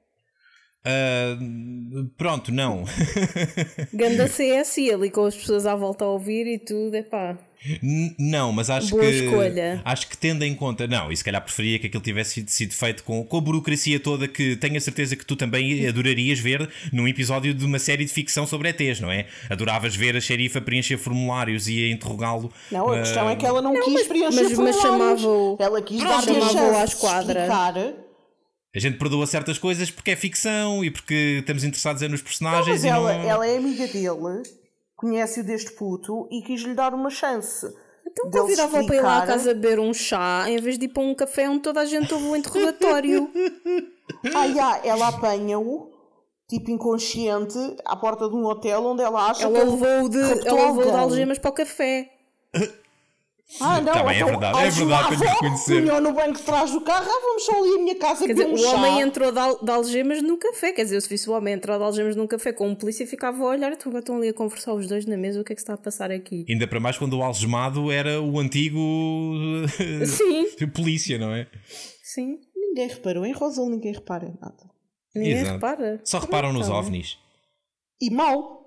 Pronto, não. Ganda CS ali com as pessoas à volta a ouvir e tudo, Não, mas acho boa que escolha. Acho que tendo em conta, não, e se calhar preferia que aquilo tivesse sido feito com a burocracia toda que tenho a certeza que tu também adorarias ver num episódio de uma série de ficção sobre ETs, não é? Adoravas ver a xerife a preencher formulários e a interrogá-lo. Não, a questão é que ela não quis preencher mas chamava-o. Ela quis dar-lhe a chance à esquadra. Explicar. A gente perdoa certas coisas porque é ficção e porque estamos interessados nos personagens. Não, mas ela é amiga dele, conhece-o deste puto e quis-lhe dar uma chance. Então convidava para ir lá à casa beber um chá em vez de ir para um café onde toda a gente ouve o interrogatório. Ela apanha-o, tipo inconsciente, à porta de um hotel onde ela acha ela levou de algemas para o café. Não, também então, é verdade, tenho de reconhecer. Punhou no banco de trás do carro, vamos só ali à minha casa beber um chá. O homem entrou de algemas no café, quer dizer, se visse o homem entrar de algemas num café com um polícia, ficava a olhar, então estão ali a conversar os dois na mesa, o que é que se está a passar aqui? Ainda para mais quando o algemado era o antigo polícia, não é? Sim. Ninguém reparou, em Roswell ninguém repara em nada. Ninguém repara. Só reparam nos ovnis. E mal.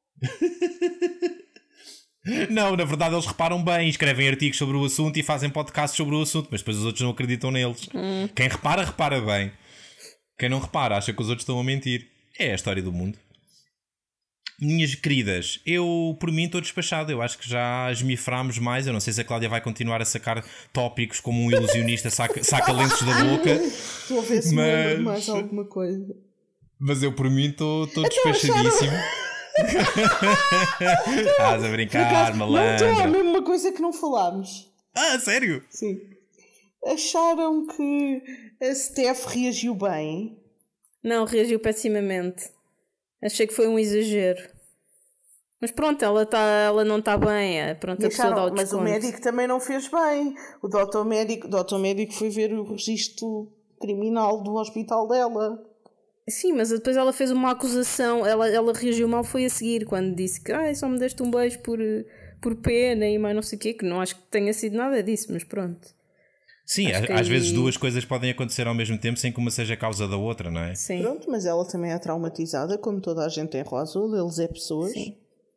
Não, na verdade eles reparam bem, escrevem artigos sobre o assunto e fazem podcasts sobre o assunto, mas depois os outros não acreditam neles. Quem repara, repara bem. Quem não repara, acha que os outros estão a mentir. É a história do mundo. Minhas queridas, eu por mim estou despachado. Eu acho que já esmiframos mais. Eu não sei se a Cláudia vai continuar a sacar tópicos como um ilusionista saca lenços da boca. Estou a ver se me lembro mais alguma coisa. Mas eu por mim estou despachadíssimo. Estás a brincar, malandro. Não, estou a mesma coisa que não falámos. Sério? Sim. Acharam que a Steph reagiu bem? Não, reagiu pessimamente. Achei que foi um exagero. Mas pronto, ela não está bem. Pronto, a pessoa dá o desconto. Mas o médico também não fez bem. O doutor médico foi ver o registro criminal do hospital dela. Sim, mas depois ela fez uma acusação. Ela reagiu mal, foi a seguir, quando disse que só me deste um beijo por pena e mais não sei o quê, que não acho que tenha sido nada disso, mas pronto. Sim, às vezes duas coisas podem acontecer ao mesmo tempo sem que uma seja a causa da outra, não é? Sim. Pronto, mas ela também é traumatizada, como toda a gente em Roswell, eles é pessoas. Sim.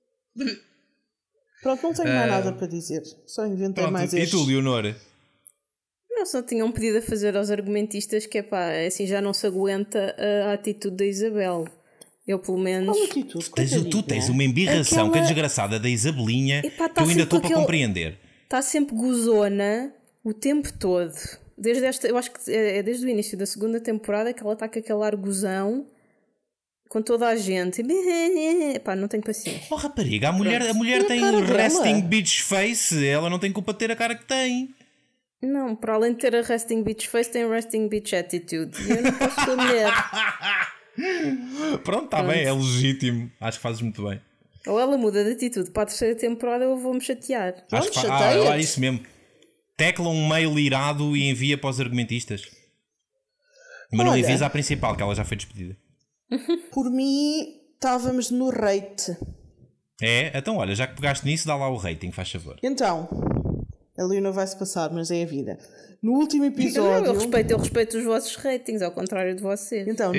Pronto, não tenho mais nada para dizer. Só inventei mais estes. E tu, Leonor? Não, só tinham um pedido a fazer aos argumentistas que assim já não se aguenta a atitude da Isabel. Eu pelo menos... Qual atitude? Tu tens uma embirração que é desgraçada da Isabelinha que eu ainda estou para compreender. Está sempre gozona o tempo todo. Eu acho que é desde o início da segunda temporada que ela está com aquele ar gozão com toda a gente. Não tenho paciência. Oh, rapariga, a mulher tem resting bitch face. Ela não tem culpa de ter a cara que tem. Não, para além de ter a resting bitch face, tem resting bitch attitude. E eu não posso ser mulher. Pronto, está bem, é legítimo. Acho que fazes muito bem. Ou ela muda de atitude para a terceira temporada ou eu vou-me chatear. Acho que é isso mesmo. Tecla um mail irado e envia para os argumentistas. Mas não envias à principal, que ela já foi despedida. Por mim, estávamos no rate. Então olha, já que pegaste nisso, dá lá o rating, faz favor. Então, a Leona vai-se passar, mas é a vida. No último episódio... Eu respeito os vossos ratings, ao contrário de vocês. Então,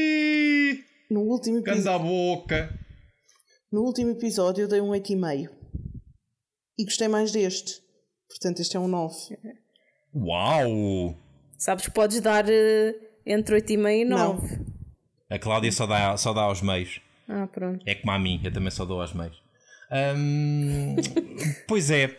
no último episódio... Canda a boca! No último episódio eu dei um 8,5. E gostei mais deste. Portanto, este é um 9. Uau! Sabes que podes dar entre 8,5 e 9. Não. A Cláudia só dá aos meios. Pronto. É como a mim, eu também só dou aos meios. Pois é,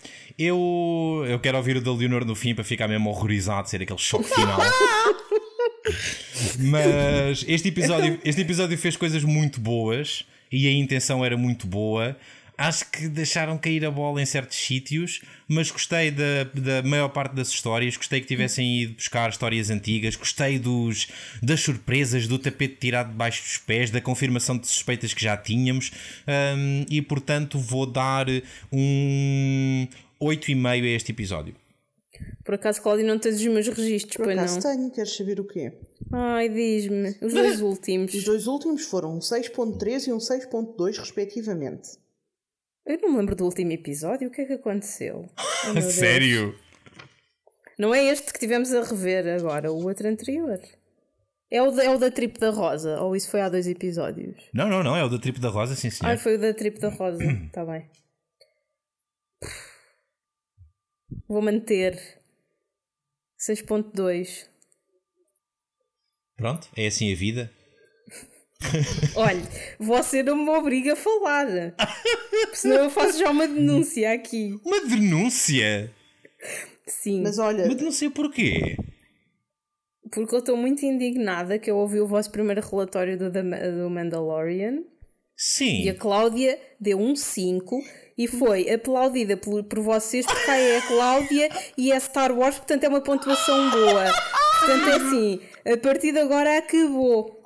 eu quero ouvir o da Leonor no fim para ficar mesmo horrorizado, ser aquele choque final. Mas este episódio fez coisas muito boas e a intenção era muito boa. Acho que deixaram cair a bola em certos sítios, mas gostei da maior parte das histórias. Gostei que tivessem ido buscar histórias antigas. Gostei das surpresas, do tapete tirado debaixo dos pés, da confirmação de suspeitas que já tínhamos. E portanto vou dar um 8,5 a este episódio. Por acaso, Cláudia, não tens os meus registros, Por pois não? acaso tenho, queres saber o quê? Ai, diz-me. Os dois últimos. Os dois últimos foram um 6.3 e um 6.2 respectivamente. Eu não me lembro do último episódio. O que é que aconteceu? Oh, meu Deus. Sério? Não é este que tivemos a rever agora, o outro anterior. É o da Trip da Rosa, ou isso foi há 2 episódios? Não, é o da Trip da Rosa, sim senhor. Ai, foi o da Trip da Rosa, está bem. Vou manter 6.2. Pronto, é assim a vida. Olha, você não me obriga a falar, senão eu faço já uma denúncia aqui. Uma denúncia? Sim. Mas olha, Mas não sei porquê. Porque eu estou muito indignada que eu ouvi o vosso primeiro relatório do Mandalorian. Sim. E a Cláudia deu um 5 e foi aplaudida por vocês porque é a Cláudia e é Star Wars, portanto é uma pontuação boa. Portanto é assim, a partir de agora acabou.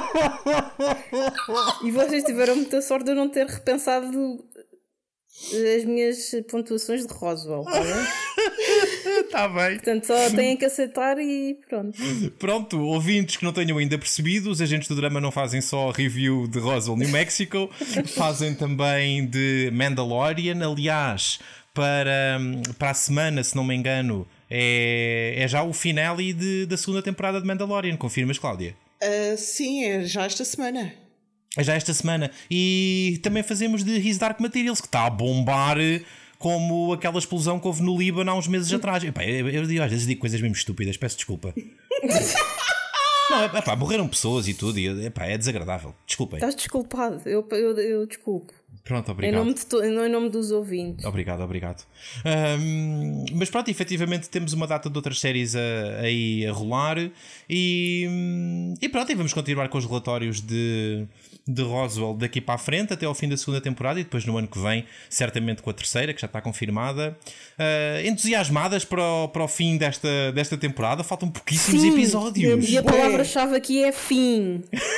E vocês tiveram muita sorte de eu não ter repensado as minhas pontuações de Roswell, está bem? Está bem. Portanto só têm que aceitar e pronto. Pronto, ouvintes que não tenham ainda percebido, os agentes do drama não fazem só review de Roswell, New Mexico, fazem também de Mandalorian. Aliás, para a semana, se não me engano, é já o finale da segunda temporada de Mandalorian. Confirmas, Cláudia? sim, é já esta semana. É já esta semana. E também fazemos de His Dark Materials, que está a bombar como aquela explosão que houve no Líbano há uns meses atrás. Epá, eu às vezes digo coisas mesmo estúpidas, peço desculpa. Não, epá, morreram pessoas e tudo, e epá, é desagradável. Desculpem. Estás desculpado, eu desculpo. Pronto, obrigado. Em nome dos ouvintes. Obrigado. Mas pronto, efetivamente temos uma data de outras séries aí a rolar e pronto, e vamos continuar com os relatórios de Roswell daqui para a frente até ao fim da segunda temporada e depois no ano que vem certamente com a terceira, que já está confirmada. Entusiasmadas para o fim desta temporada, faltam pouquíssimos episódios. E a palavra-chave aqui é fim.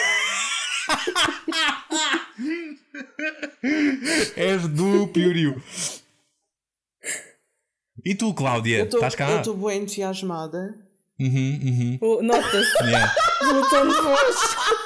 És do Pioriu. E tu, Cláudia? Estás cá? Eu estou bem entusiasmada. Nota-se. Yeah. O tom de voz.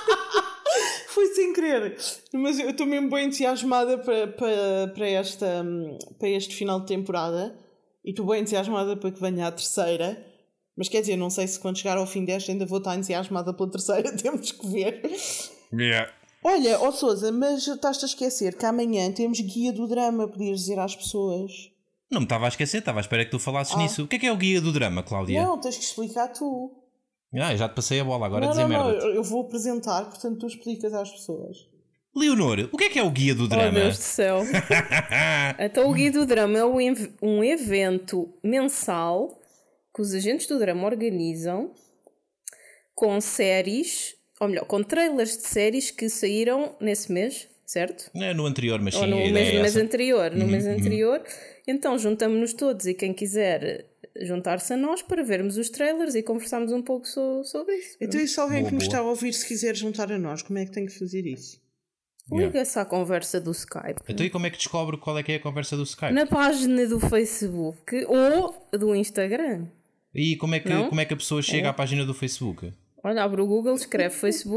Foi sem querer. Mas eu estou mesmo bem entusiasmada para este final de temporada. E estou bem entusiasmada para que venha a terceira. Mas quer dizer, não sei se quando chegar ao fim desta ainda vou estar entusiasmada pela terceira. Temos que ver. Yeah. Olha, Sousa, mas estás-te a esquecer que amanhã temos guia do drama. Podias dizer às pessoas. Não me estava a esquecer, estava à espera que tu falasses nisso. O que é o guia do drama, Cláudia? Não, tens que explicar tu. Eu já te passei a bola, agora Não, dizer merda. eu vou apresentar, portanto tu explicas às pessoas. Leonor, o que é o guia do drama? Oh, Deus do céu. Então o guia do drama é um evento mensal que os agentes do drama organizam com séries, ou melhor, com trailers de séries que saíram nesse mês, certo? É no anterior, mas sim. Ou no mês anterior. No mês anterior. Então juntamos-nos todos e quem quiser juntar-se a nós para vermos os trailers e conversarmos um pouco sobre isso. Então e se alguém Boa, que nos boa. está a ouvir se quiser juntar a nós, como é que tem que fazer isso? Liga-se à conversa do Skype. Então e como é que descobre qual é que é a conversa do Skype? Na página do Facebook ou do Instagram. E como é que a pessoa chega à página do Facebook? Olha, abre o Google, escreve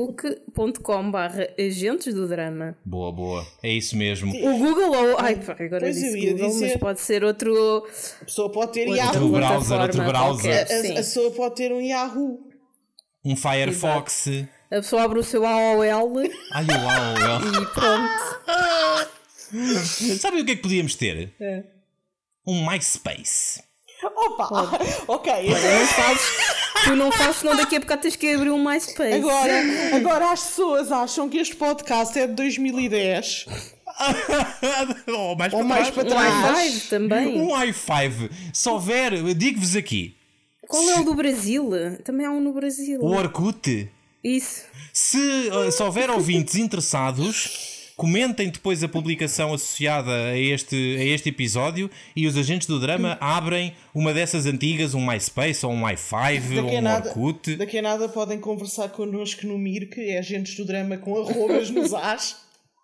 facebook.com/agentes do drama. Boa. É isso mesmo. O Google ou... Ai, agora Pois disse eu ia Google, dizer. mas pode ser outro... A pessoa pode ter outra Yahoo. Outro browser. qualquer, sim. A pessoa pode ter um Yahoo. Um Firefox. A pessoa abre o seu AOL Ai, uau. e pronto. Sabem o que é que podíamos ter? Um MySpace. Opa! Ok. Tu não fazes, senão daqui a bocado tens que abrir um MySpace. Agora as pessoas acham que este podcast é de 2010. Ou mais Ou para mais trás. para trás. i5 também. Um i5. Se houver, digo-vos aqui. Qual é o do Brasil? Também há um no Brasil. O Orkut. Isso. Se houver ouvintes interessados, comentem depois a publicação associada a este episódio e os agentes do drama abrem uma dessas antigas, um MySpace ou um i5 ou um Orkut. Daqui a nada podem conversar connosco no Mir, que é agentes do drama com arrobas nos as.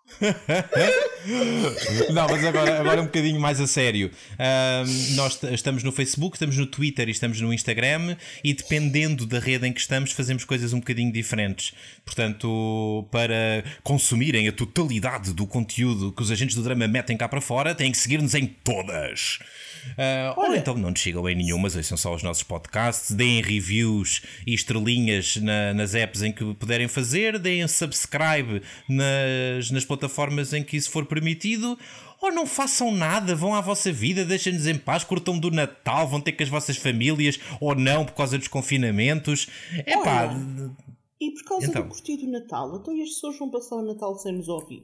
Não, mas agora um bocadinho mais a sério. Nós estamos no Facebook, estamos no Twitter e estamos no Instagram, e dependendo da rede em que estamos fazemos coisas um bocadinho diferentes. Portanto, para consumirem a totalidade do conteúdo que os agentes do drama metem cá para fora, têm que seguir-nos em todas. Ou então não nos sigam em nenhuma, ouçam só os nossos podcasts, deem reviews e estrelinhas nas apps em que puderem fazer, deem subscribe nas plataformas em que isso for permitido, ou não façam nada, vão à vossa vida, deixem-nos em paz, curtam do Natal, vão ter com as vossas famílias ou não por causa dos confinamentos. Epá. E por causa do curtir do Natal, então as pessoas vão passar o Natal sem nos ouvir?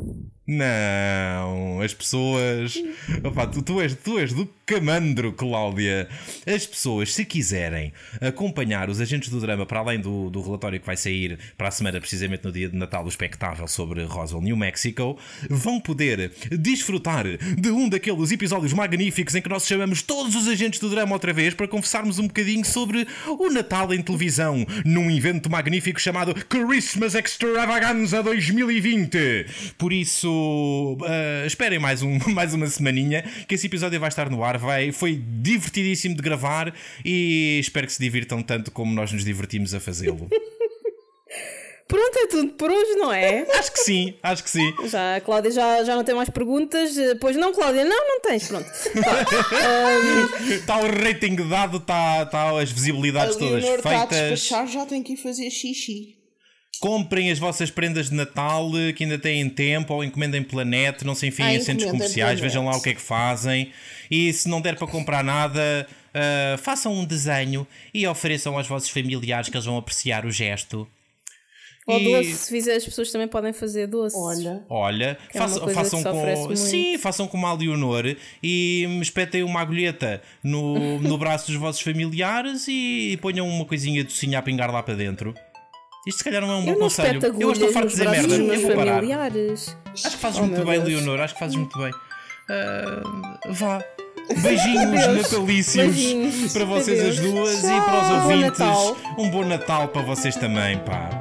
Não, as pessoas... Opa, tu és do camandro, Cláudia. As pessoas, se quiserem acompanhar os agentes do drama para além do relatório que vai sair para a semana, precisamente no dia de Natal, o espectável sobre Roswell, New Mexico, vão poder desfrutar de um daqueles episódios magníficos em que nós chamamos todos os agentes do drama outra vez para conversarmos um bocadinho sobre o Natal em televisão, num evento magnífico chamado Christmas Extravaganza 2020. Por isso, esperem mais uma semaninha, que esse episódio vai estar no ar. Foi divertidíssimo de gravar e espero que se divirtam tanto como nós nos divertimos a fazê-lo. Pronto, é tudo por hoje, não é? Acho que sim. Já, a Cláudia já não tem mais perguntas. Pois não, Cláudia? Não tens, pronto. Está o rating dado, está as visibilidades todas feitas. Está a despachar, já tem que ir fazer xixi. Comprem as vossas prendas de Natal, que ainda têm tempo, ou encomendem pela net, não se enfiem em centros comerciais, vejam lá o que é que fazem. E se não der para comprar nada, façam um desenho e ofereçam aos vossos familiares, que eles vão apreciar o gesto. Ou doce, se fizer, as pessoas também podem fazer doce. Olha, façam como a Leonor e espetem uma agulheta no braço dos vossos familiares e ponham uma coisinha docinha a pingar lá para dentro. Isto se calhar não é um bom conselho. Eu estou farto de dizer merda. Eu vou parar. Acho que fazes muito bem, Leonor. Acho que fazes muito bem. Vá. Beijinhos natalícios para vocês as duas. Tchau. E para os ouvintes. Um bom Natal para vocês também, pá.